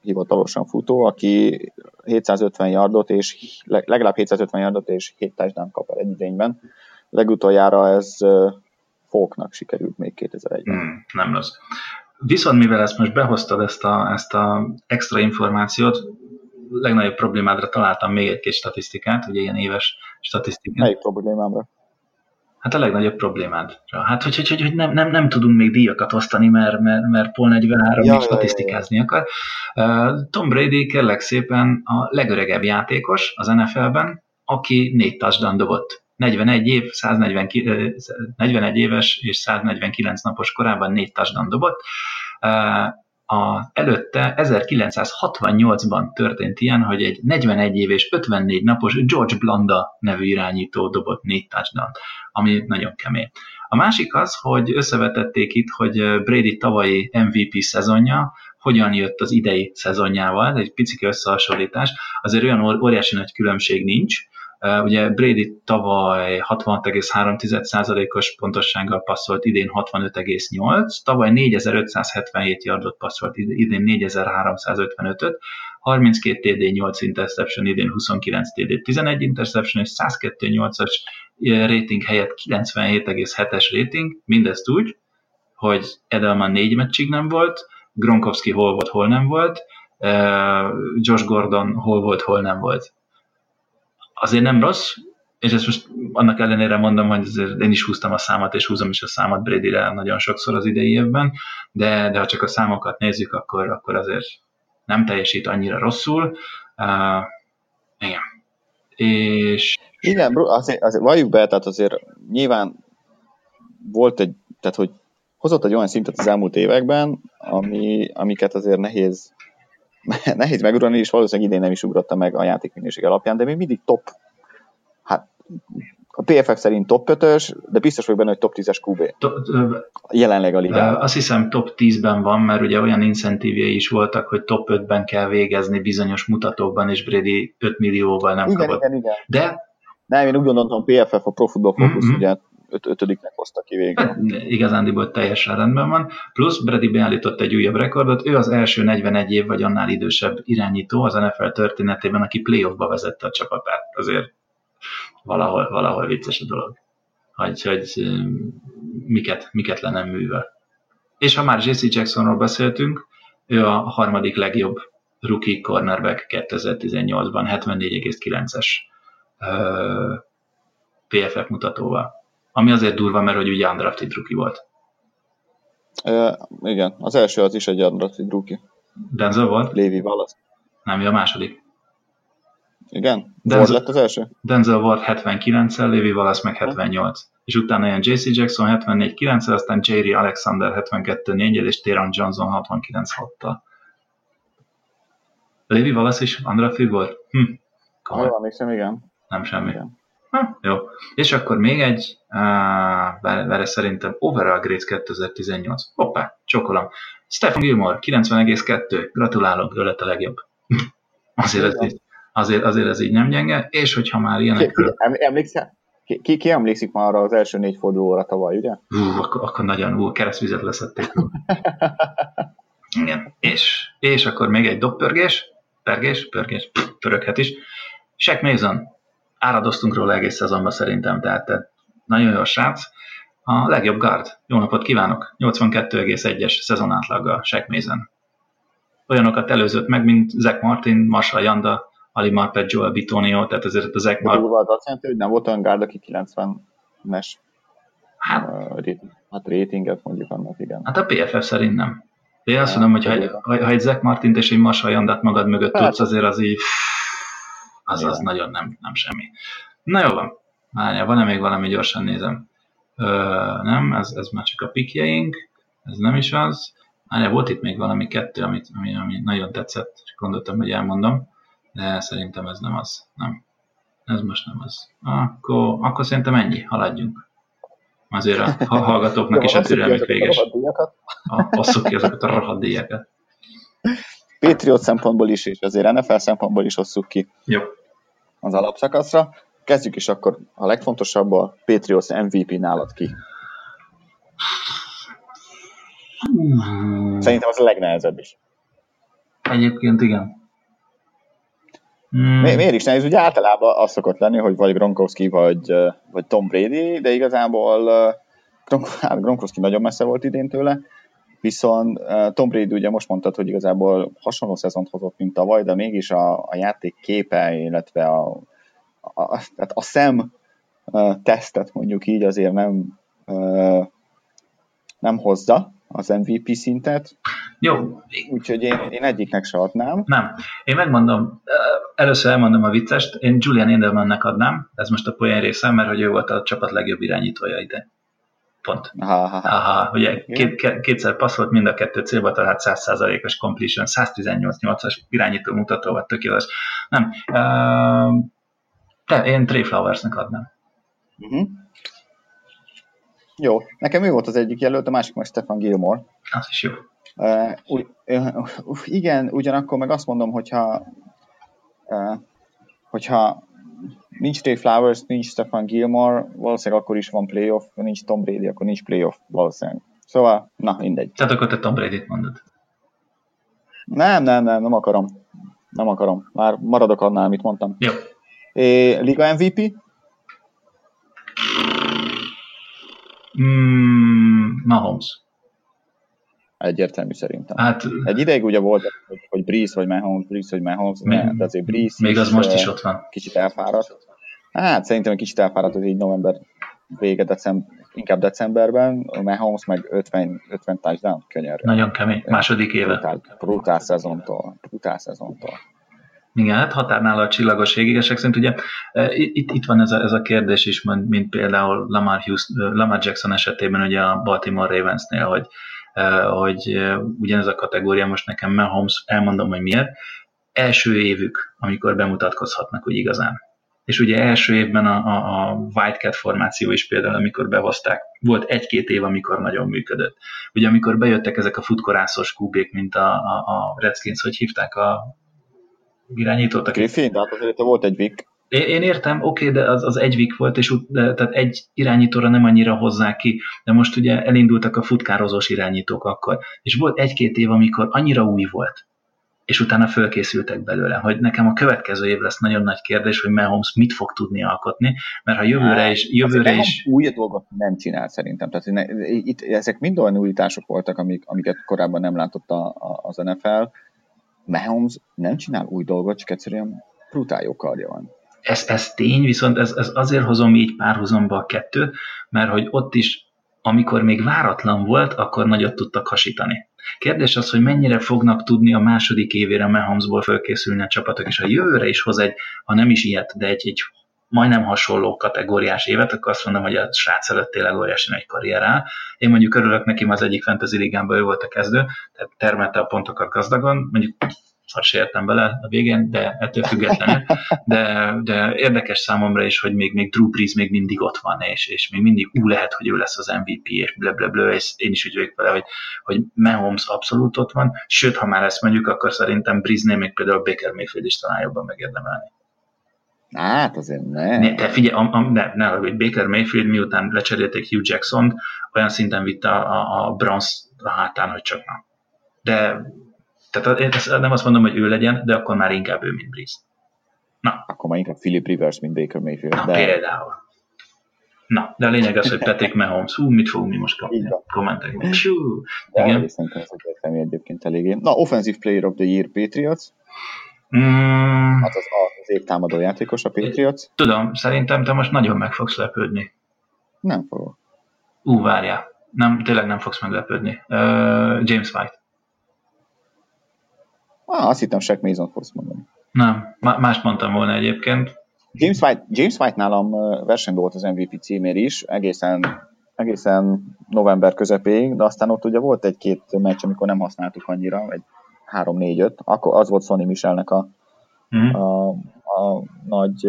hivatalosan futó, aki 750 yardot és legalább 750 yardot és 7 touchdown kap el egy idényben. Legutoljára ez Falknak sikerült még 2001-ben. Nem rossz. Viszont mivel ezt most behoztad, ezt a extra információt, legnagyobb problémádra találtam még egy-két statisztikát, ugye ilyen éves statisztikát. Melyik problémámra? Hát a legnagyobb problémádra. Hát, hogy nem tudunk még díjakat osztani, mert Paul 43 még statisztikázni akar. Tom Brady kérlek szépen a legöregebb játékos az NFL-ben, aki 4 touchdown dobott. 41 éves és 149 napos korában 4 touchdown dobott. Előtte 1968-ban történt ilyen, hogy egy 41 év és 54 napos George Blanda nevű irányító dobott 4 touchdown, ami nagyon kemény. A másik az, hogy összevetették itt, hogy Brady tavalyi MVP szezonja hogyan jött az idei szezonjával, egy picike összehasonlítás, azért olyan óriási nagy különbség nincs. Ugye Brady tavaly 66,3%-os pontossággal passzolt, idén 65,8, tavaly 4577 yardot passzolt, idén 4355-öt, 32 TD, 8 interception, idén 29 TD, 11 interception, és 102,8-as rating helyett 97,7-es rating, mindezt úgy, hogy Edelman 4 meccsig nem volt, Gronkowski hol volt, hol nem volt, Josh Gordon hol volt, hol nem volt. Azért nem rossz, és ezt most annak ellenére mondom, hogy én is húztam a számat, és húzom is a számat Bradyre nagyon sokszor az idei évben, de ha csak a számokat nézzük, akkor azért nem teljesít annyira rosszul. Igen. És... Igen, azért valljuk be, tehát azért nyilván volt tehát hogy hozott egy olyan szintet az elmúlt években, amiket azért nehéz megugrani, és valószínűleg idén nem is ugrotta meg a játékminőség alapján, de még mindig top, hát a PFF szerint top 5-ös, de biztos vagyok benne, hogy top 10-es QB. Jelenleg a ligában. Azt hiszem top 10-ben van, mert ugye olyan incentívjai is voltak, hogy top 5-ben kell végezni bizonyos mutatókban, és Brady 5 millióval nem kapott. Igen. De... Nem, én úgy gondoltam, PFF, a Pro Football Focus, ugye ötödiknek hozta ki végül. Hát, igazándiból teljesen rendben van. Plusz Brady beállított egy újabb rekordot, ő az első 41 év vagy annál idősebb irányító az NFL történetében, aki playoffba vezette a csapatát. Azért valahol vicces a dolog, hogy miket le nem művel. És ha már J.C. Jacksonról beszéltünk, ő a harmadik legjobb rookie cornerback 2018-ban 74,9-es PFF mutatóval. Ami azért durva, mert hogy ugye undrafted rookie volt. Igen, az első az is egy undrafted rookie. Denzel volt? Levi Wallace. Nem, ő a második. Igen? Ward lett az első? Denzel Ward 79-el, Levi Wallace meg 78. És utána ilyen J.C. Jackson 74-9-el, aztán J.R. Alexander 72-4-el, és Taron Johnson 69-6-tal. Levi Wallace is undrafted volt? Jól emlékszem, igen. Nem semmi. Igen. Jó. És akkor még egy, várj szerintem overall grades 2018. Hoppá, csókolom. Stephen Gilmore, 90,2. Gratulálok, ő lett a legjobb. Azért ez így nem gyenge, és hogyha már ilyenekről... Ki emlékszik már arra az első 4 fordulóra tavaly, ugye? Akkor nagyon, keresztvizet leszették. Igen. És akkor még egy dobpörgés, pöröghet is. Shaq Mason, áradoztunk róla egész szezonban szerintem, tehát nagyon jó srác. A legjobb guard. Jó napot kívánok! 82,1-es szezonátlaggal Shaq Mason. Olyanokat előzött meg, mint Zach Martin, Marshall Yanda, Ali Marpet, Joel Bitonio, tehát ezért a Zach Martin... Az azt jelenti, hogy nem volt olyan guard, aki 90-es ratinget mondjuk annak, igen. Hát a PFF szerint nem. Én azt mondom, hogy ha egy Zach Martint és egy Marshall Yandát magad mögött tudsz, azért az így... Az nagyon nem semmi. Na jó van. Várjál, van-e még valami, gyorsan nézem. Nem, ez már csak a pikjeink. Ez nem is az. Várjál, volt itt még valami kettő, ami nagyon tetszett, és gondoltam, hogy elmondom. De szerintem ez nem az. Nem. Ez most nem az. Akkor szerintem ennyi. Haladjunk. Azért a hallgatóknak is a türelmük véges. Osszuk ki ezeket a rohadt-díjakat. Patriot szempontból is, és azért NFL szempontból is osszuk ki. Jó. Az alapszakaszra. Kezdjük is akkor a legfontosabb, a Patriots MVP nálad ki. Szerintem az a legnehezebb is. Egyébként igen. Miért is nehéz? Ugye általában az szokott lenni, hogy vagy Gronkowski, vagy Tom Brady, de igazából Gronkowski nagyon messze volt idén tőle, viszont Tom Brady ugye most mondtad, hogy igazából hasonló szezont hozott, mint tavaly, de mégis a játék képe, illetve tehát a szem tesztet mondjuk így azért nem hozza az MVP szintet. Jó. Úgyhogy én egyiknek se adnám. Nem. Én megmondom, először elmondom a viccest, én Julian Edelmannek adnám, ez most a poén része, mert hogy ő volt a csapat legjobb irányítója ide. Pont. Ugye kétszer passzolt, mind a kettő célba talált 100%-os completion, 118-8-as irányító mutató volt, tökéletes. Nem. Én Trey Flowersnek adnám. Uh-huh. Jó, nekem ő volt az egyik jelölt, a másik meg Stephen Gilmore. Az is jó. Igen, ugyanakkor meg azt mondom, hogyha nincs Trey Flowers, nincs Stephen Gilmore, valószínűleg akkor is van playoff, ha nincs Tom Brady, akkor nincs playoff valószínűleg. Szóval, na, mindegy. Tehát akkor te Tom Brady-t mondod. Nem akarom. Nem akarom. Már maradok annál, amit mondtam. Jó. Liga MVP? Mahomes. Egyértelmű szerintem. Hát, egy ideig ugye volt, hogy Breeze vagy Mahomes, de azért Breeze még az most is ott van. Kicsit elfáradt. Hát szerintem egy kicsit elfáradt, hogy így november vége, inkább decemberben, Mahomes meg 50 touchdown, könyörű. Nagyon kemény, második éve. Brutál szezontól. Igen, hát határnál a csillagos égesek szerint ugye itt van ez a kérdés is, mint például Lamar Jackson esetében ugye a Baltimore Ravensnél, hogy ugyanez a kategória most nekem Mahomes, elmondom, hogy miért. Első évük, amikor bemutatkozhatnak úgy igazán. És ugye első évben a Wildcat formáció is például, amikor behozták, volt egy-két év, amikor nagyon működött. Ugye amikor bejöttek ezek a futkorászos QB-k, mint a Redskins, hogy hívták a irányítót? Griffin, de hát azért volt egy Vic. Én értem, oké, de az egy Vic volt, és tehát egy irányítóra nem annyira hozzák ki, de most ugye elindultak a futkározós irányítók akkor, és volt egy-két év, amikor annyira új volt, és utána fölkészültek belőle, hogy nekem a következő év lesz nagyon nagy kérdés, hogy Mahomes mit fog tudni alkotni, mert ha jövőre is... Új dolgot nem csinál szerintem. Tehát itt ezek mind olyan újítások voltak, amiket korábban nem látott az NFL. Mahomes nem csinál új dolgot, csak egyszerűen brutál jó karja van. Ez tény, viszont ez azért hozom így párhuzamba a kettőt, mert hogy ott is, amikor még váratlan volt, akkor nagyot tudtak hasítani. Kérdés az, hogy mennyire fognak tudni a második évére Mahomesból fölkészülni a csapatok, és ha jövőre is hoz ha nem is ilyet, de egy majdnem hasonló kategóriás évet, akkor azt mondom, hogy a srác előtt tényleg óriási nagy karrier áll. Én mondjuk örülök neki, az egyik fantasy ligámban ő volt a kezdő, tehát termelte a pontokat gazdagon, mondjuk szar se értem bele a végén, de ettől függetlenül. De érdekes számomra is, hogy még Drew Brees még mindig ott van, és még mindig lehet, hogy ő lesz az MVP, és blablabla, és én is úgy vagyok vele, hogy Mahomes abszolút ott van, sőt, ha már ezt mondjuk, akkor szerintem Breesnél még például Baker Mayfield is talán jobban megérdemelni. Hát azért ne. De figyelj, hogy Baker Mayfield miután lecserélték Hugh Jackson, olyan szinten vitte a Browns a hátán, hogy csak nem. De tehát nem azt mondom, hogy ő legyen, de akkor már inkább ő, mint Brees. Na. Akkor már inkább Philip Rivers, mint Baker Mayfield. Na, például. Na, de a lényeg az, hogy Patrick Mahomes. Mit fogunk mi most kapni? Kommentekben. Igen. Szerintem ez egyébként eléggé. Na, Offensive Player of the Year Patriots. Hát az év támadó játékos a Patriots. Tudom, szerintem te most nagyon meg fogsz lepődni. Nem fogok. Várjál. Tényleg nem fogsz meglepődni. James White. Azt hittem Shaq Mason fogsz mondani. Nem, mást mondtam volna egyébként. James White nálam versenyben volt az MVP címér is, egészen november közepéig, de aztán ott ugye volt egy-két meccs, amikor nem használtuk annyira, egy 3-4-5, akkor az volt Sonny Michelnek a nagy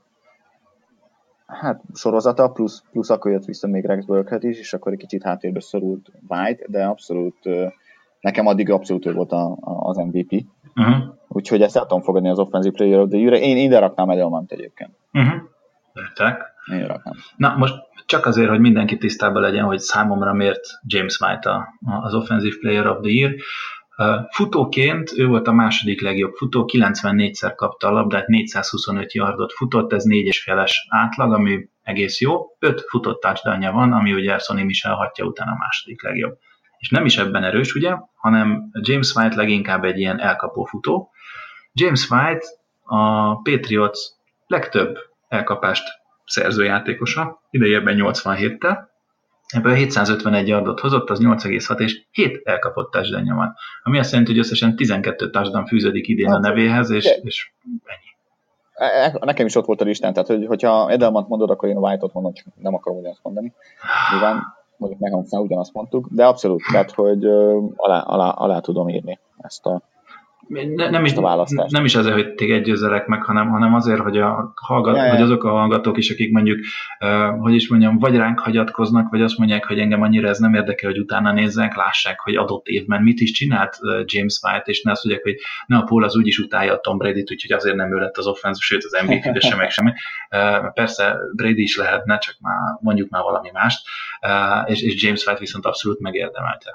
sorozata, plusz akkor jött vissza még Rex Burkhead is, és akkor egy kicsit háttérbe szorult White, de abszolút nekem addig abszolút ő volt az MVP. Úgyhogy ezt el tudom fogadni az Offensive Player of the Year-re. Én ide raknám Edelmant egyébként. Értek. Én raknám. Na, most csak azért, hogy mindenki tisztában legyen, hogy számomra miért James White az Offensive Player of the Year. Futóként ő volt a második legjobb futó, 94-szer kapta a labdát, 425 yardot futott, ez 4,5-es átlag, ami egész jó. 5 futott touchdownja van, ami ugye Sonny Michel hatja után a második legjobb. És nem is ebben erős, ugye, hanem James White leginkább egy ilyen elkapó futó. James White a Patriots legtöbb elkapást szerző játékosa, idejében 87-tel, ebből 751 yardot hozott, az 8,6 és 7 elkapott touchdownja van. Ami azt jelenti, hogy összesen 12 touchdown fűződik idén a nevéhez, és ennyi. Nekem is ott volt a listán, tehát hogyha Edelmant mondod, akkor én a White-ot mondom, csak nem akarom ugyanazt mondani. Nyilván mondjuk Mahomesnál ugyanazt mondtuk, de abszolút, tehát hogy alá tudom írni ezt a választást. Nem is azért, hogy téged győzelek meg, hanem azért, hogy hogy azok a hallgatók is, akik mondjuk, hogy is mondjam, vagy ránk hagyatkoznak, vagy azt mondják, hogy engem annyira ez nem érdekel, hogy utána nézzenek, lássák, hogy adott évben mit is csinált James White, és ne azt mondják, hogy a Paul az úgyis utálja a Tom Brady-t, úgyhogy azért nem ő lett az offense, sőt az MVP, de sem meg semmi. Persze Brady is lehetne, csak már mondjuk már valami mást, és James White viszont abszolút megérdemelte.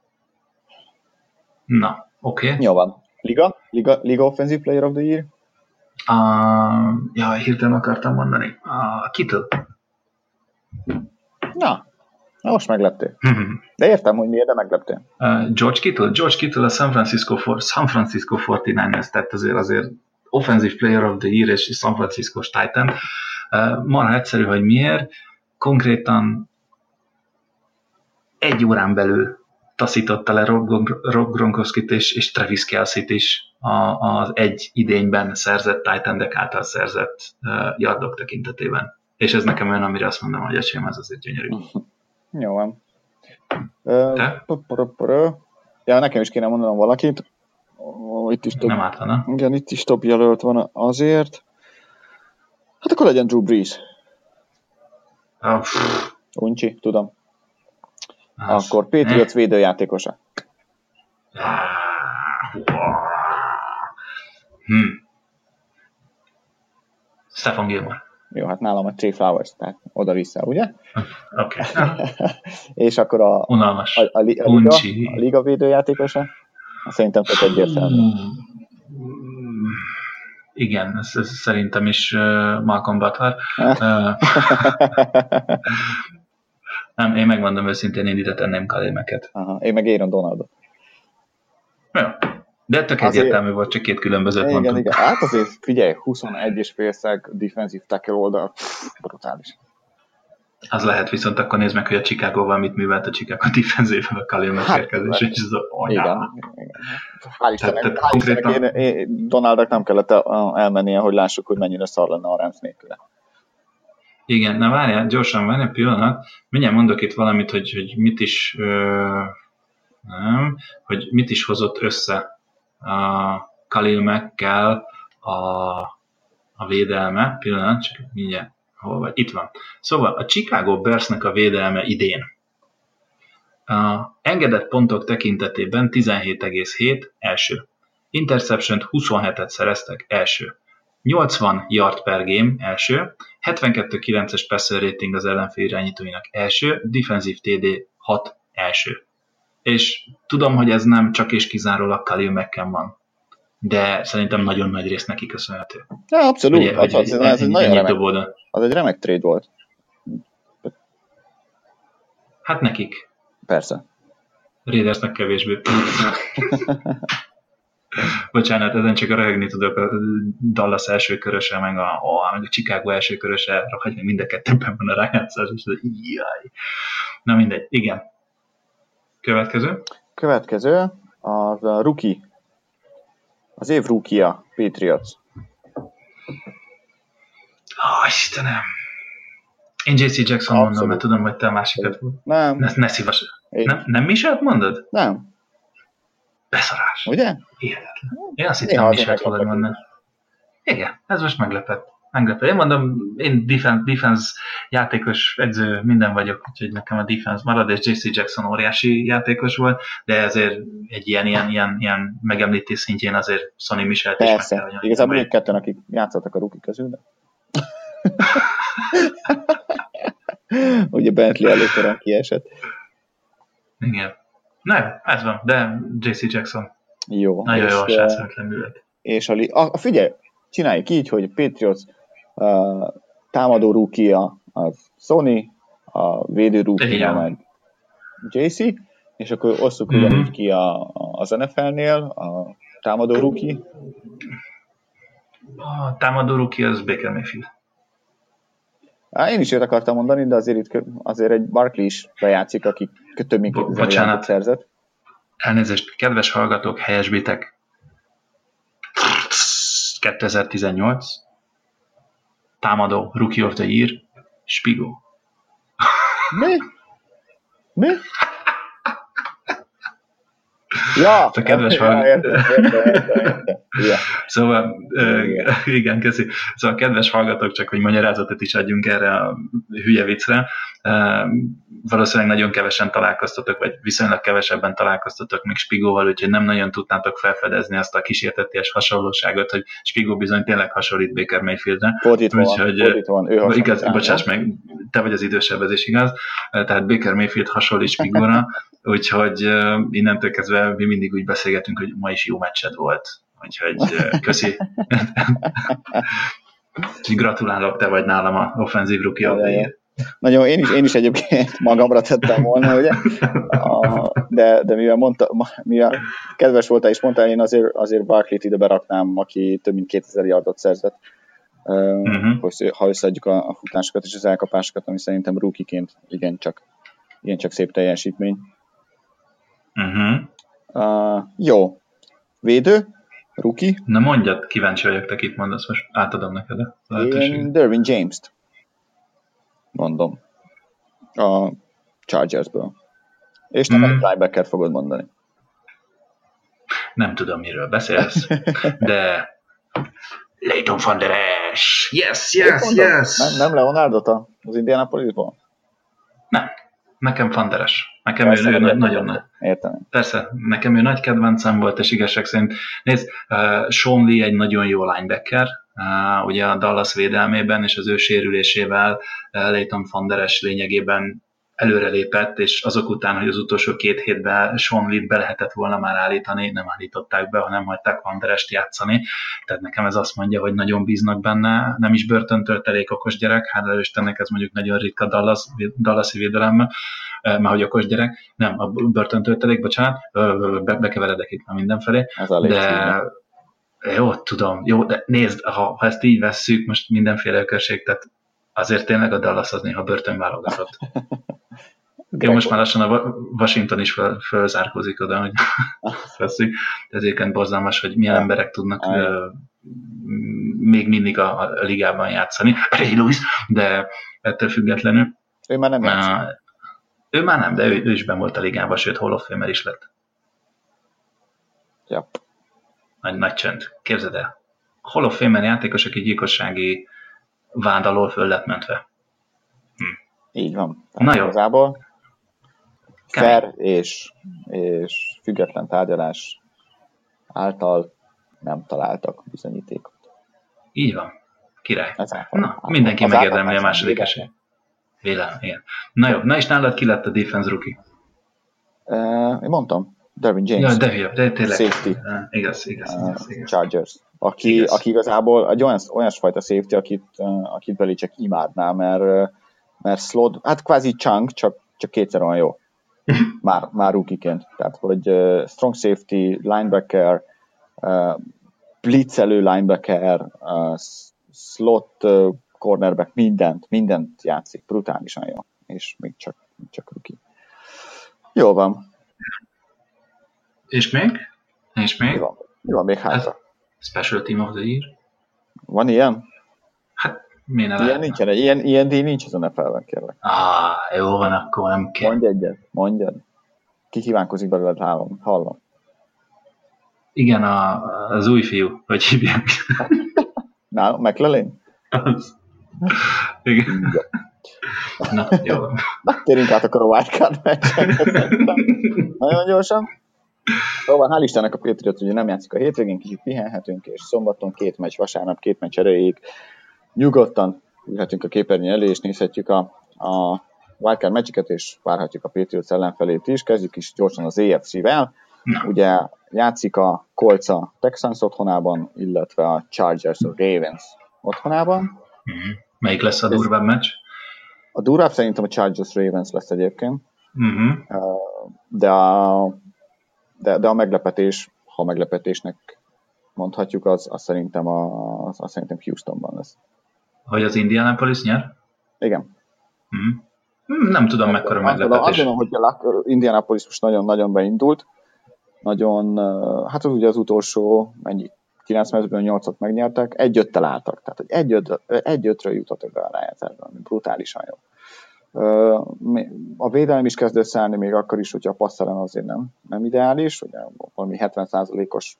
Na, oké. Jó van. Liga Offensive Player of the Year? Hirtelen akartam mondani. Kittle. Na, most megleptél. De értem, hogy miért, de megleptél. George Kittle a San Francisco 49ers, tehát azért Offensive Player of the Year és San Francisco-s Titan. Marha egyszerű, hogy miért. Konkrétan 1 órán belül taszította le Rob Gronkowskit és Travis Kelce-t is az egy idényben szerzett tight endek által szerzett yardok tekintetében. És ez nekem olyan, amire azt mondom, hogy esélyem, ez azért gyönyörű. Jó van. Nekem is kéne mondanom valakit. Itt is több, nem átlana. Igen, itt is több jelölt van azért. Hát akkor legyen Drew Brees. Uncsi, tudom. Akkor Patriots védőjátékosa. Stephon Gilmore. Jó, hát nálam a Trey Flowers, tehát oda-vissza, ugye? Oké. És akkor a liga védőjátékosa? Szerintem tök egyértelmű. Igen, ez szerintem is Malcolm Butler. Nem, én megmondom őszintén, én ide tenném Kalémeket. Én meg Aaron Donaldot. Jó. De tök egyértelmű volt, csak 2 különbözőt mondtunk. Igen. Hát azért figyelj, 21,5 szeg defensive tackle oldal, brutális. Az lehet, viszont akkor nézd meg, hogy a Chicagóval mit művelt a Chicago defensíve a Kalémek érkezés. Igen. Hál' Istennek, Donaldnak nem kellett elmennie, hogy lássuk, hogy mennyire szar lenne a Rams nélküle. Igen, na várjál, gyorsan várj egy pillanat. Mindjárt mondok itt valamit, hogy mit is hogy mit is hozott össze a Khalil Mackkel a védelme. Pillanat, csak mindjárt, hol vagy? Itt van. Szóval a Chicago Bearsnek a védelme idén a engedett pontok tekintetében 17,7 első. Interception-t 27-et szereztek első. 80 yard per game első, 72,9-es passer rating az ellenfél irányítóinak első, defensive TD 6 első. És tudom, hogy ez nem csak és kizárólag Khalil Macken van, de szerintem nagyon nagy rész neki köszönhető. Ja, abszolút. Ugye, ez egy nagyon remek, az egy remek trade volt. Hát nekik. Persze. Raidersnek kevésbé. Bocsánat, ezen csak röhögni tudok, a Dallas első köröse, meg a Chicago első köröse, hogy mind a kettőben van a rájátszás, és jaj. Na mindegy, igen. Következő az a rookie. Az év rookie-a, Patriots. Istenem. Én JC Jackson mondom, mert tudom, hogy te a másikat volt. Nem. Ne szívas. Nem Michelt mondod? Nem. Beszarás. Ugye? Hihetetlen. Én azt hittem, Michelt fogod mondani. Igen, ez most meglepett. Én mondom, én defense játékos, edző, minden vagyok, úgyhogy nekem a defense marad, és JC Jackson óriási játékos volt, de azért egy ilyen megemlítés szintjén azért Sonny Michelt is meg kell említeni. Igazából még ketten, akik játszottak a rookie közül, de... Ugye Bentley előkorán kiesett. Igen. Nem, ez van, de JC Jackson. Jó. Nagyon jó a srácvetlen művet. És figyelj, csináljuk így, hogy a Patriots támadó rookie-a az Sony, a védő rookie-a majd JC, és akkor osszuk ugyanúgy ki az NFL-nél a támadó rookie. A támadó rookie az Baker Mayfield. Én is akartam mondani, de azért egy Barkley is bejátszik, aki több mint 2000 járdot szerzett. Elnézést, kedves hallgatók, helyesbitek. 2018 támadó Rookie of the Year Spigo. Mi? Ja, a kedves értem. Yeah. Szóval, igen, köszi. Szóval kedves hallgatók, csak hogy magyarázatot is adjunk erre a hülye viccre. Valószínűleg nagyon kevesen találkoztatok, vagy viszonylag kevesebben találkoztatok még Spigóval, úgyhogy nem nagyon tudnátok felfedezni azt a kísérteties hasonlóságot, hogy Spigó bizony tényleg hasonlít Baker Mayfieldre. Fordítva van, ő igaz, bocsáss meg, te vagy az idősebb, ez is igaz. Tehát Baker Mayfield hasonlít Spigóra, úgyhogy innentől kezdve mi mindig úgy beszélgetünk, hogy ma is jó meccsed volt. Úgyhogy köszi. Gratulálok, te vagy nálam a offenzív rookie of the year. Nagyon, én is egyébként magamra tettem volna, ugye? De mivel kedves voltál és mondtál, én azért Barkley-t ide beraknám, aki több mint 2000 yardot szerzett. Ha összeadjuk a futásokat és az elkapásokat, ami szerintem rookie-ként igencsak szép teljesítmény. Jó. Védő? Rookie? Na mondjad, kíváncsi vagyok, te kit mondasz, most átadom neked a lehetőséget. Én Derwin James-t mondom a Chargersből. És nem egy linebackert fogod mondani. Nem tudom, miről beszélsz, de Leighton Van Der Esch. Yes. Nem Leonardot az Indianapolisból? Nem. Nekem Van Der Esch. Nekem ő nagyon nagy. Értem. Persze, nekem ő nagy kedvencem volt, és igazság szerint, nézd, Sean Lee egy nagyon jó linebacker, ugye a Dallas védelmében, és az ő sérülésével Leighton Van Der Esch lényegében előrelépett, és azok után, hogy az utolsó 2 hétben Sean Lee-t be lehetett volna már állítani, nem állították be, hanem hagyták Van Der Esch-t játszani. Tehát nekem ez azt mondja, hogy nagyon bíznak benne, nem is börtöntöltelék okos gyerek, hála Istennek ez mondjuk nagyon ritka Dallasi védelemben, mert hogy okos gyerek, nem, a börtöntöltelék, bocsánat, bekeveredek itt már mindenfelé, de jó, tudom, jó, de nézd, ha ezt így vesszük, most mindenféle ökörség, tehát azért tényleg a Dallas az néha börtönválogatott. Jó, most már lassan a Washington is fölzárkózik oda, hogy ezt veszünk. Ezért borzalmas, hogy milyen emberek tudnak még mindig a ligában játszani. Ray Lewis, de ettől függetlenül. Ő már nem játszik. Ő már nem, de ő is benn volt a ligában, sőt Hall of Famer is lett. Ja. Nagy csönd. Képzeld el. Hall of Famer játékos, aki gyilkossági vád alól föl lett mentve. Így van. Na jó. Igazából fair és független tárgyalás által nem találtak bizonyítékot. Így van. Király. Na, mindenki megérdemli a második esélyt. Vélem, igen. Na jó, na és nálad ki lett a defense rookie? Én mondtam, Derwin James. Ja, de tényleg. Safety. Igaz. Chargers. Aki igazából egy olyan fajta safety, akit Belichick imádná, mert slot, hát kvázi chunk, csak kétszer olyan jó. Már rookie-ként. Tehát, hogy strong safety, linebacker, blitzelő linebacker, slot, cornerback, mindent játszik. Brutálisan jó. És még csak rookie. Jó van. És még? Mi van még hátra? Special Team of the Year? Van ilyen? Hát, miért ne ilyen nincsen, ilyen díj nincs az NFL-ben, kérlek. Jó van, akkor nem kell. Mondjad. Ki kívánkozik belőled, hallom. Igen, az új fiú, hogy hívják. Na, McLellan? Igen. Na, jó van. Térjünk át akkor a wildcard meccset. Nagyon gyorsan. Szóval hál' Istennek a Patriots ugye nem játszik a hétvégén, kicsit pihenhetünk, és szombaton 2 meccs, vasárnap 2 meccs erejéig nyugodtan ülhetünk a képernyő elé, és nézhetjük a wildcard meccseket, és várhatjuk a Patriots ellenfelét is. Kezdjük is gyorsan az AFC-vel. Ugye játszik a Colts a Texans otthonában, illetve a Chargers a Ravens otthonában. Melyik lesz a durvább meccs? A durvább szerintem a Chargers Ravens lesz egyébként. De a meglepetés, ha meglepetésnek mondhatjuk, az szerintem Houstonban lesz. Hogy az Indianapolis nyer? Igen. Nem tudom, mekkora meglepetés. Azt gondolom, hogy Indianapolis most nagyon-nagyon beindult. Nagyon, hát az ugye az utolsó, 9 meccsből 8-ot megnyertek, 1-5-tel álltak. Tehát, hogy 1-5-ről jutottak be a rájátszásban, brutálisan jó. A védelem is kezd összeállni, még akkor is, hogyha a passzeren azért nem ideális, ugye valami 70%-os,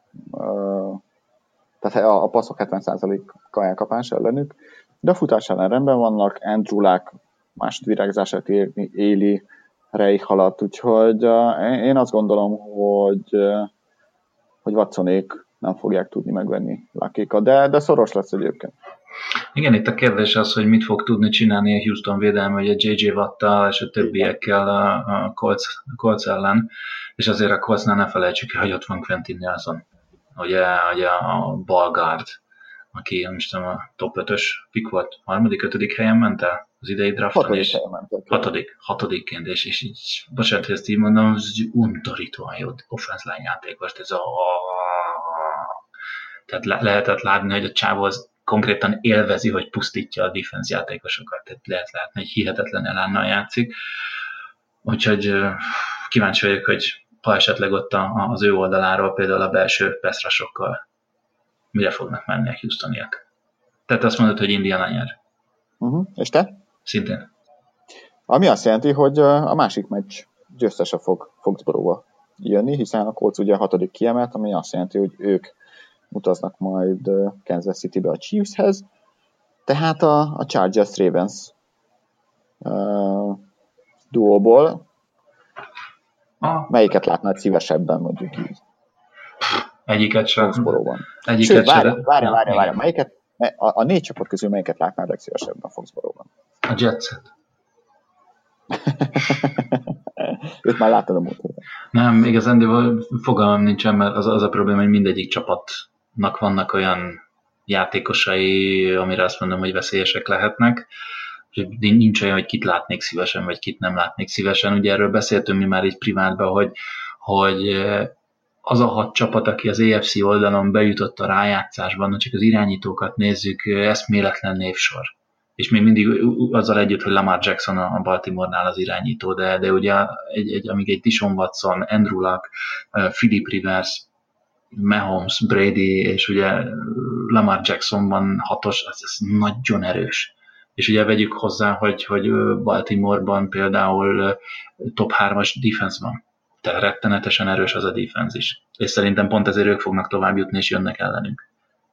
tehát a passzok 70%-a elkapás ellenük, de a futás ellen rendben vannak, Andrew Luck másodvirágzását éli Reich alatt, úgyhogy én azt gondolom, hogy Watsonék nem fogják tudni megvenni Luckékat, de szoros lesz egyébként. Igen, itt a kérdés az, hogy mit fog tudni csinálni a Houston védelme, hogy a J.J. Watt-tal és a többiekkel a Colts ellen, és azért a Coltsnál ne felejtsük el, hogy ott van Quentin Nelson, ugye a ballguard, aki nem is tudom, a top 5-ös pick volt, 3.-5. helyen ment el az idei drafton, és 6.-ként, és így, bocsánat, hogy ezt így mondom, ez undorítóan jó offense line játékos, tehát lehetett látni, hogy a csávó az konkrétan élvezi, hogy pusztítja a defense játékosokat, tehát lehet látni, hogy hihetetlen elánnal játszik, úgyhogy kíváncsi vagyok, hogy ha esetleg ott az ő oldaláról például a belső pass rushokkal mire fognak menni a Houstoniak. Tehát azt mondod, hogy Indiana nyer. És te? Szintén. Ami azt jelenti, hogy a másik meccs győztese fog Foxborough-ba jönni, hiszen a Colts ugye a 6. kiemelt, ami azt jelenti, hogy ők utaznak majd Kansas City-be a Chiefshez, tehát a Chargers Ravens duóból melyiket látnád szívesebben, mondjuk így? Egyiket sem. Sőt, várja. Melyiket, a 4 csapat közül melyiket látnád legszívesebben Foxborough-ban? A Jetset. Őt már láttad a múlt héten. Nem, igazán fogalmam nincsen, mert az a probléma, hogy mindegyik csapatnak vannak olyan játékosai, amire azt mondom, hogy veszélyesek lehetnek. Nincs olyan, hogy kit látnék szívesen, vagy kit nem látnék szívesen. Ugye erről beszéltünk mi már így privátban, hogy az a 6 csapat, aki az AFC oldalon bejutott a rájátszásban, csak az irányítókat nézzük, eszméletlen névsor. És még mindig azzal együtt, hogy Lamar Jackson a Baltimore-nál az irányító, de ugye amíg egy Deshaun Watson, Andrew Luck, Philip Rivers, Mahomes, Brady, és ugye Lamar Jacksonban 6-os, ez nagyon erős. És ugye vegyük hozzá, hogy Baltimore-ban például top 3-as defense van. Tehát rettenetesen erős az a defense is. És szerintem pont ezért ők fognak tovább jutni, és jönnek ellenünk.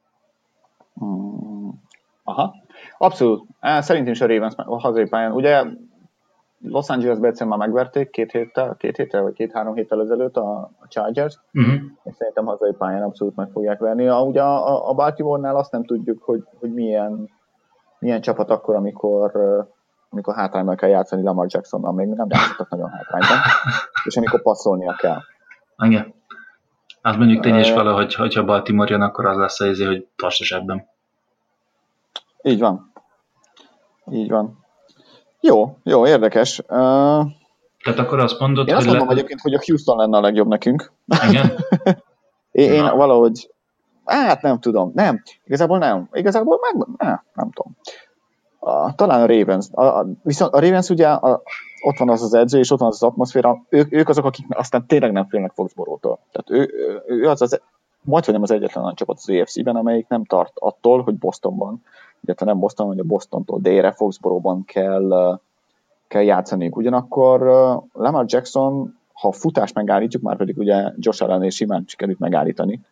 Aha. Abszolút. Szerintem is a Ravens a hazai pályán. Ugye Los Angelesben egyszer már megverték 2 héttel vagy 2-3 héttel ezelőtt a Chargers, és szerintem hazai pályán abszolút meg fogják verni. Ugye a Baltimore-nál azt nem tudjuk, hogy milyen csapat akkor, amikor hátrányban kell játszani Lamar Jacksonnal, még nem játszottak nagyon hátrányban, és amikor passzolnia kell. Igen. Az mondjuk tény is vele, hogyha Baltimore jön, akkor az lesz az, hogy tartsas ebben. Így van. Jó, érdekes. Tehát akkor azt mondod, én azt mondom egyébként, hogy a Houston lenne a legjobb nekünk. Igen? én valahogy, nem tudom, igazából nem tudom. Talán a Ravens. Viszont a Ravens ugye ott van az edző, és ott van az atmoszféra, ők azok, akik aztán tényleg nem félnek Foxborough-tól. Tehát ő az majd vagy nem az egyetlen olyan csapat az AFC-ben, amelyik nem tart attól, hogy Bostonban, illetve nem Boston, hogy a Bostontól délre Foxborough-ban kell játszaniuk. Ugyanakkor Lamar Jackson, ha a futást megállítjuk, már pedig ugye Josh Allen és simán sikerült megállítani,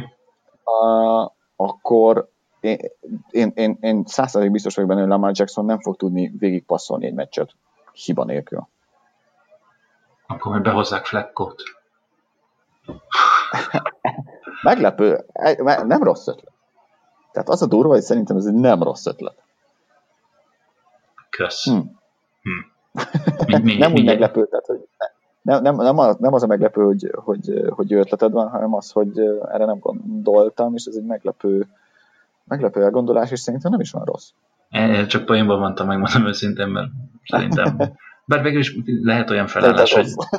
akkor én 100% biztos vagyok benne, hogy Lamar Jackson nem fog tudni végigpasszolni egy meccset hiba nélkül. Akkor majd behozzák Fleckot. Meglepő, nem rossz ötlet. Tehát az a durva, hogy szerintem ez egy nem rossz ötlet. Kösz. Nem úgy meglepő, tehát, hogy nem az a meglepő, hogy jó ötleted van, hanem az, hogy erre nem gondoltam, és ez egy meglepő elgondolás, és szerintem nem is van rossz. Csak poénból mondtam, megmondom őszintén, mert szerintem... Bár végül is lehet olyan felállás,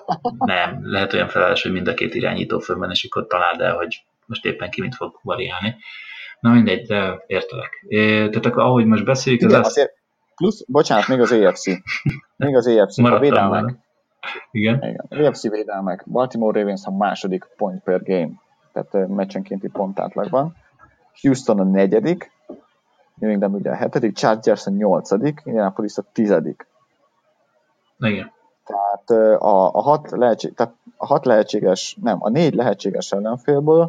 hogy mind a két irányító fölben, és akkor találd el, hogy most éppen ki mit fog variálni. Na mindegy, de értelek. Tehát akkor ahogy most beszéljük, igen, azért plusz, bocsánat, még az AFC. A védelmek. Igen. Az AFC védelmek. Baltimore Ravens a második point per game, tehát meccsenkénti pontátlag Houston a 4., New England ugye a 7., Chargers a 8., Indianapolis a 10. Igen. Tehát a 4 lehetséges ellenfélből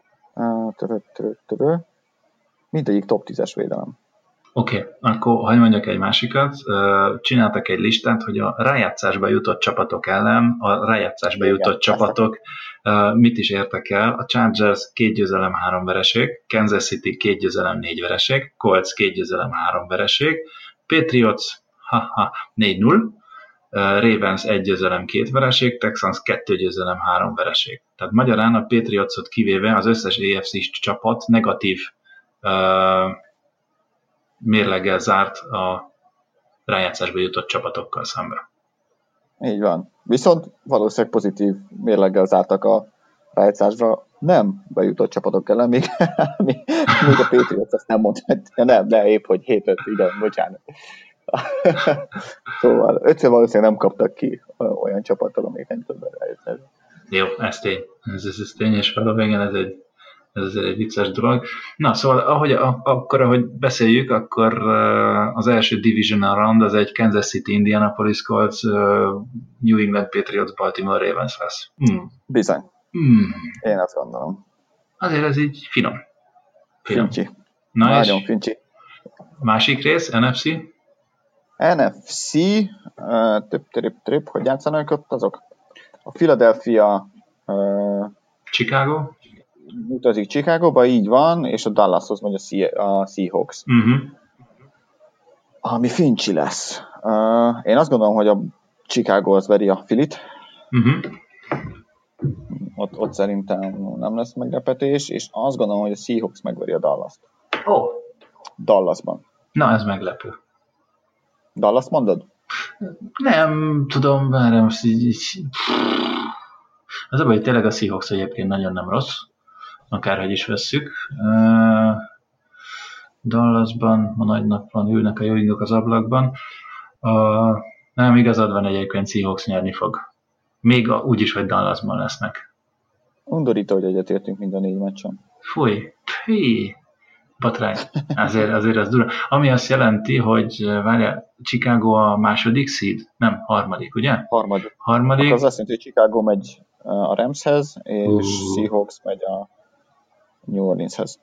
mindegyik top 10-es védelem. Oké, akkor hagyj mondjak egy másikat. Csináltak egy listát, hogy a rájátszásba jutott csapatok ellen, a rájátszásba jutott csapatok mit is értek el. A Chargers 2 győzelem 3 vereség, Kansas City 2 győzelem 4 vereség, Colts 2 győzelem 3 vereség, Patriots 4-0, Ravens 1 győzelem 2 vereség, Texans 2 győzelem 3 vereség. Tehát magyarán a Patriotsot kivéve az összes AFC csapat negatív mérleggel zárt a rájátszásba jutott csapatokkal szemben. Így van. Viszont valószínűleg pozitív mérleggel zártak a rájátszásra nem bejutott csapatok ellen, még a Patriots azt nem mondhatja, de épp, hogy 7-5, igen, bocsánat. Szóval 5-ször valószínűleg nem kaptak ki olyan csapattól, amelyik nem tudott be rájátszásra. Jó, ez tény. Ez tény, és valóban ez azért egy vicces dolog. Na, szóval ahogy beszéljük, akkor az első divisional round az egy Kansas City, Indianapolis Colts, New England Patriots, Baltimore Ravens lesz. Bizony. Én azt gondolom. Azért ez így finom. Fincsi. Nagyon fincsi. Másik rész, NFC? NFC, hogy játszanak ott azok? A Philadelphia, Chicago? Utazik Chicagóba, így van, és a Dallashoz megy a Seahawks. Ami fincsi lesz. Én azt gondolom, hogy a Chicago az veri a Philit. Ott szerintem nem lesz meglepetés, és azt gondolom, hogy a Seahawks megveri a Dallast. Dallasban. Na, ez meglepő. Dallas mondod? Nem tudom, bár most így... Az a baj, hogy tényleg a Seahawks egyébként nagyon nem rossz, akárhogy is vesszük. Dallasban ma nagy nap van, ülnek a jó ingok az ablakban. Nem, igazad van, egyébként Seahawks nyerni fog. Még úgyis, hogy Dallasban lesznek. Undorító, hogy egyetértünk mind a 4 meccsen. Fúj, patrány. Azért az durva. Ami azt jelenti, hogy várjál, Chicago a második seed? Nem, harmadik, ugye? Harmadik. Az azt jelenti, hogy Chicago megy a Ramshez, és Seahawks megy a New Orleanshez.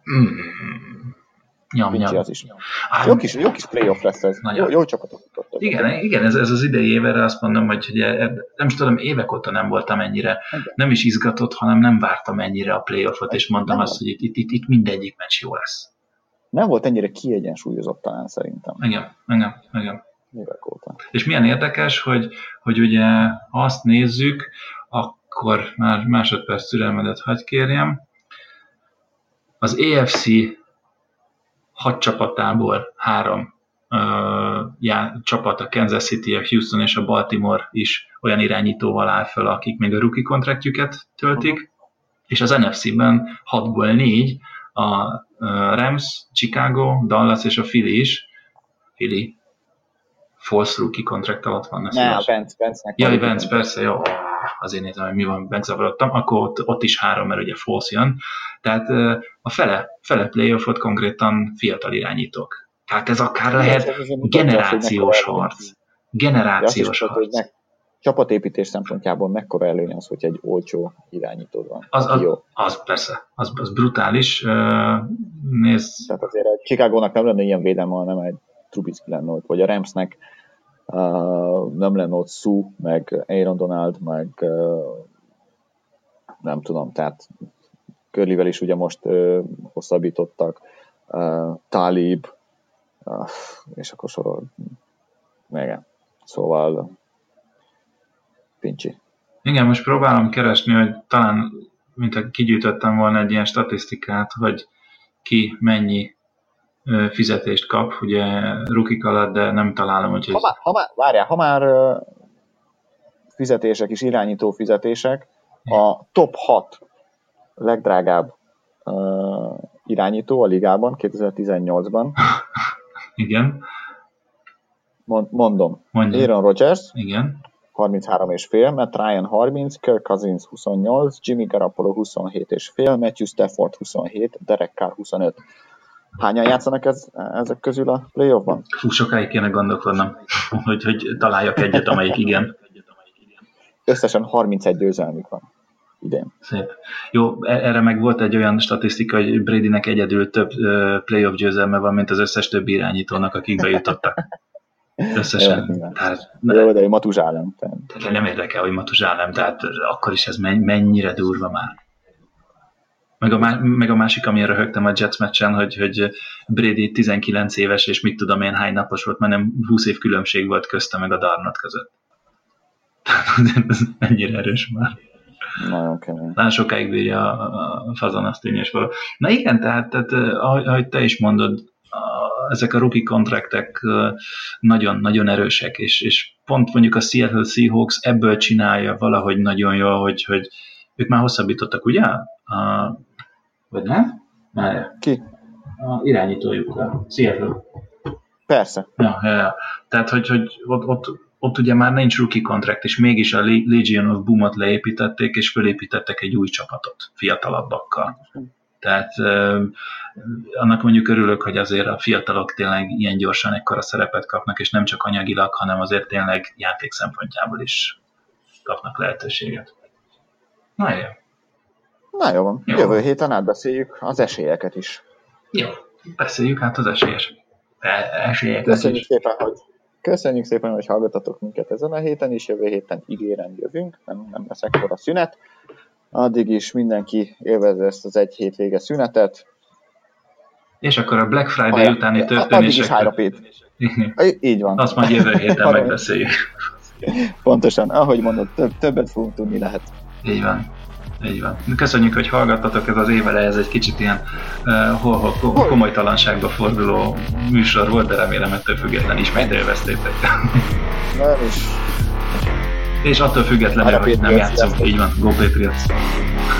Nyom. Az is. Jó kis playoff lesz ez. Jó csapatok jutottak. Igen, ez az idei évre azt mondom, hogy nem is tudom, évek óta nem voltam ennyire, nem is izgatott, hanem nem vártam ennyire a playoffot, és mondtam azt, hogy itt mindegyik meccs jó lesz. Nem volt ennyire kiegyensúlyozott talán szerintem. Igen. Évek óta. És milyen érdekes, hogy ugye azt nézzük, akkor már másodperc türelmedet hadd kérjem. Az AFC 6 csapatából 3 csapat, a Kansas City, a Houston és a Baltimore is olyan irányítóval áll fel, akik még a rookie kontraktjuket töltik, és az NFC-ben 6-ból 4 a Rams, Chicago, Dallas és a Philly is. Philly false rookie kontrakt alatt van. Vance-nek. Jaj, Vance, persze, jó. Azért nézem, hogy mi van, megzavarodtam. Akkor ott is 3, mert ugye false jön. Tehát a fele playoffot konkrétan fiatal irányítók. Tehát ez akár lehet generációs harc. Csapatépítés szempontjából mekkora előny az, hogy egy olcsó irányítód van. Az persze, az brutális. Nézd. Tehát azért a Chicagónak nem lenne ilyen védelme, hanem egy Trubisky lenne ott, vagy a Ramsnek nem lenne ott Sue, meg Aaron Donald, meg nem tudom, tehát Curlyvel is ugye most hosszabbítottak, Talib, és akkor sorol. Igen. Szóval pincsi. Igen, most próbálom keresni, hogy talán, mint kigyűjtöttem volna egy ilyen statisztikát, hogy ki mennyi fizetést kap, ugye rukik alatt, de nem találom, hogy... Ha már fizetések is, irányító fizetések, a top 6 legdrágább irányító a ligában 2018-ban. Igen. Mondom. Mondja. Aaron Rodgers, igen. 33,5, Matt Ryan 30, Kirk Cousins 28, Jimmy Garoppolo 27,5, Matthew Stafford 27, Derek Carr 25. Hányan játszanak ezek közül a playoffban? Sokáig kéne gondolkodnom, hogy találjak egyet, amelyik igen. Összesen 31 győzelmük van idén. Szép. Jó, erre meg volt egy olyan statisztika, hogy Bradynek egyedül több playoff győzelme van, mint az összes többi irányítónak, akik bejutottak. Összesen. Jó, de Matuzsálem. Tehát nem érdekel, hogy Matuzsálem, tehát akkor is ez mennyire durva már. Meg a másik, amire röhögtem a Jets meccsen, hogy Brady 19 éves, és mit tudom én hány napos volt, mert nem 20 év különbség volt közte meg a Darnold között. Ez mennyire erős már. Nagyon kemény. Nagyon sokáig bírja a fazon, azt tényes való. Na igen, tehát ahogy te is mondod, ezek a rookie kontraktek nagyon-nagyon erősek, és pont mondjuk a Seattle Seahawks ebből csinálja valahogy nagyon jól, hogy ők már hosszabbítottak, ugye? Vagy nem? Már ki? A irányítójuk, a Seattle. Persze. Ja. Tehát, hogy ott ugye már nincs rookie kontrakt, és mégis a Legion of Boom-ot leépítették, és fölépítettek egy új csapatot, fiatalabbakkal. Tehát annak mondjuk örülök, hogy azért a fiatalok tényleg ilyen gyorsan ekkora szerepet kapnak, és nem csak anyagilag, hanem azért tényleg játék szempontjából is kapnak lehetőséget. Na jó. Na jó van. Jövő héten átbeszéljük az esélyeket is. Jó, beszéljük hát az esélyeket Köszönjük szépen, hogy hallgatatok minket ezen a héten is. Jövő héten ígérem jövünk, nem lesz ekkora szünet. Addig is mindenki élvezze ezt az egy hétvége szünetet. És akkor a Black Friday utáni történéseket... Így van. Azt majd jövő héten megbeszéljük. Pontosan, ahogy mondod, többet fogunk tudni lehet. Így van. Köszönjük, hogy hallgattatok, ez az évele, ez egy kicsit ilyen komolytalanságba forduló műsor volt, de remélem ettől független ismét élveztétek. Nem is. És attól függetlenül, hogy nem játszunk. Így van, Go Patriots!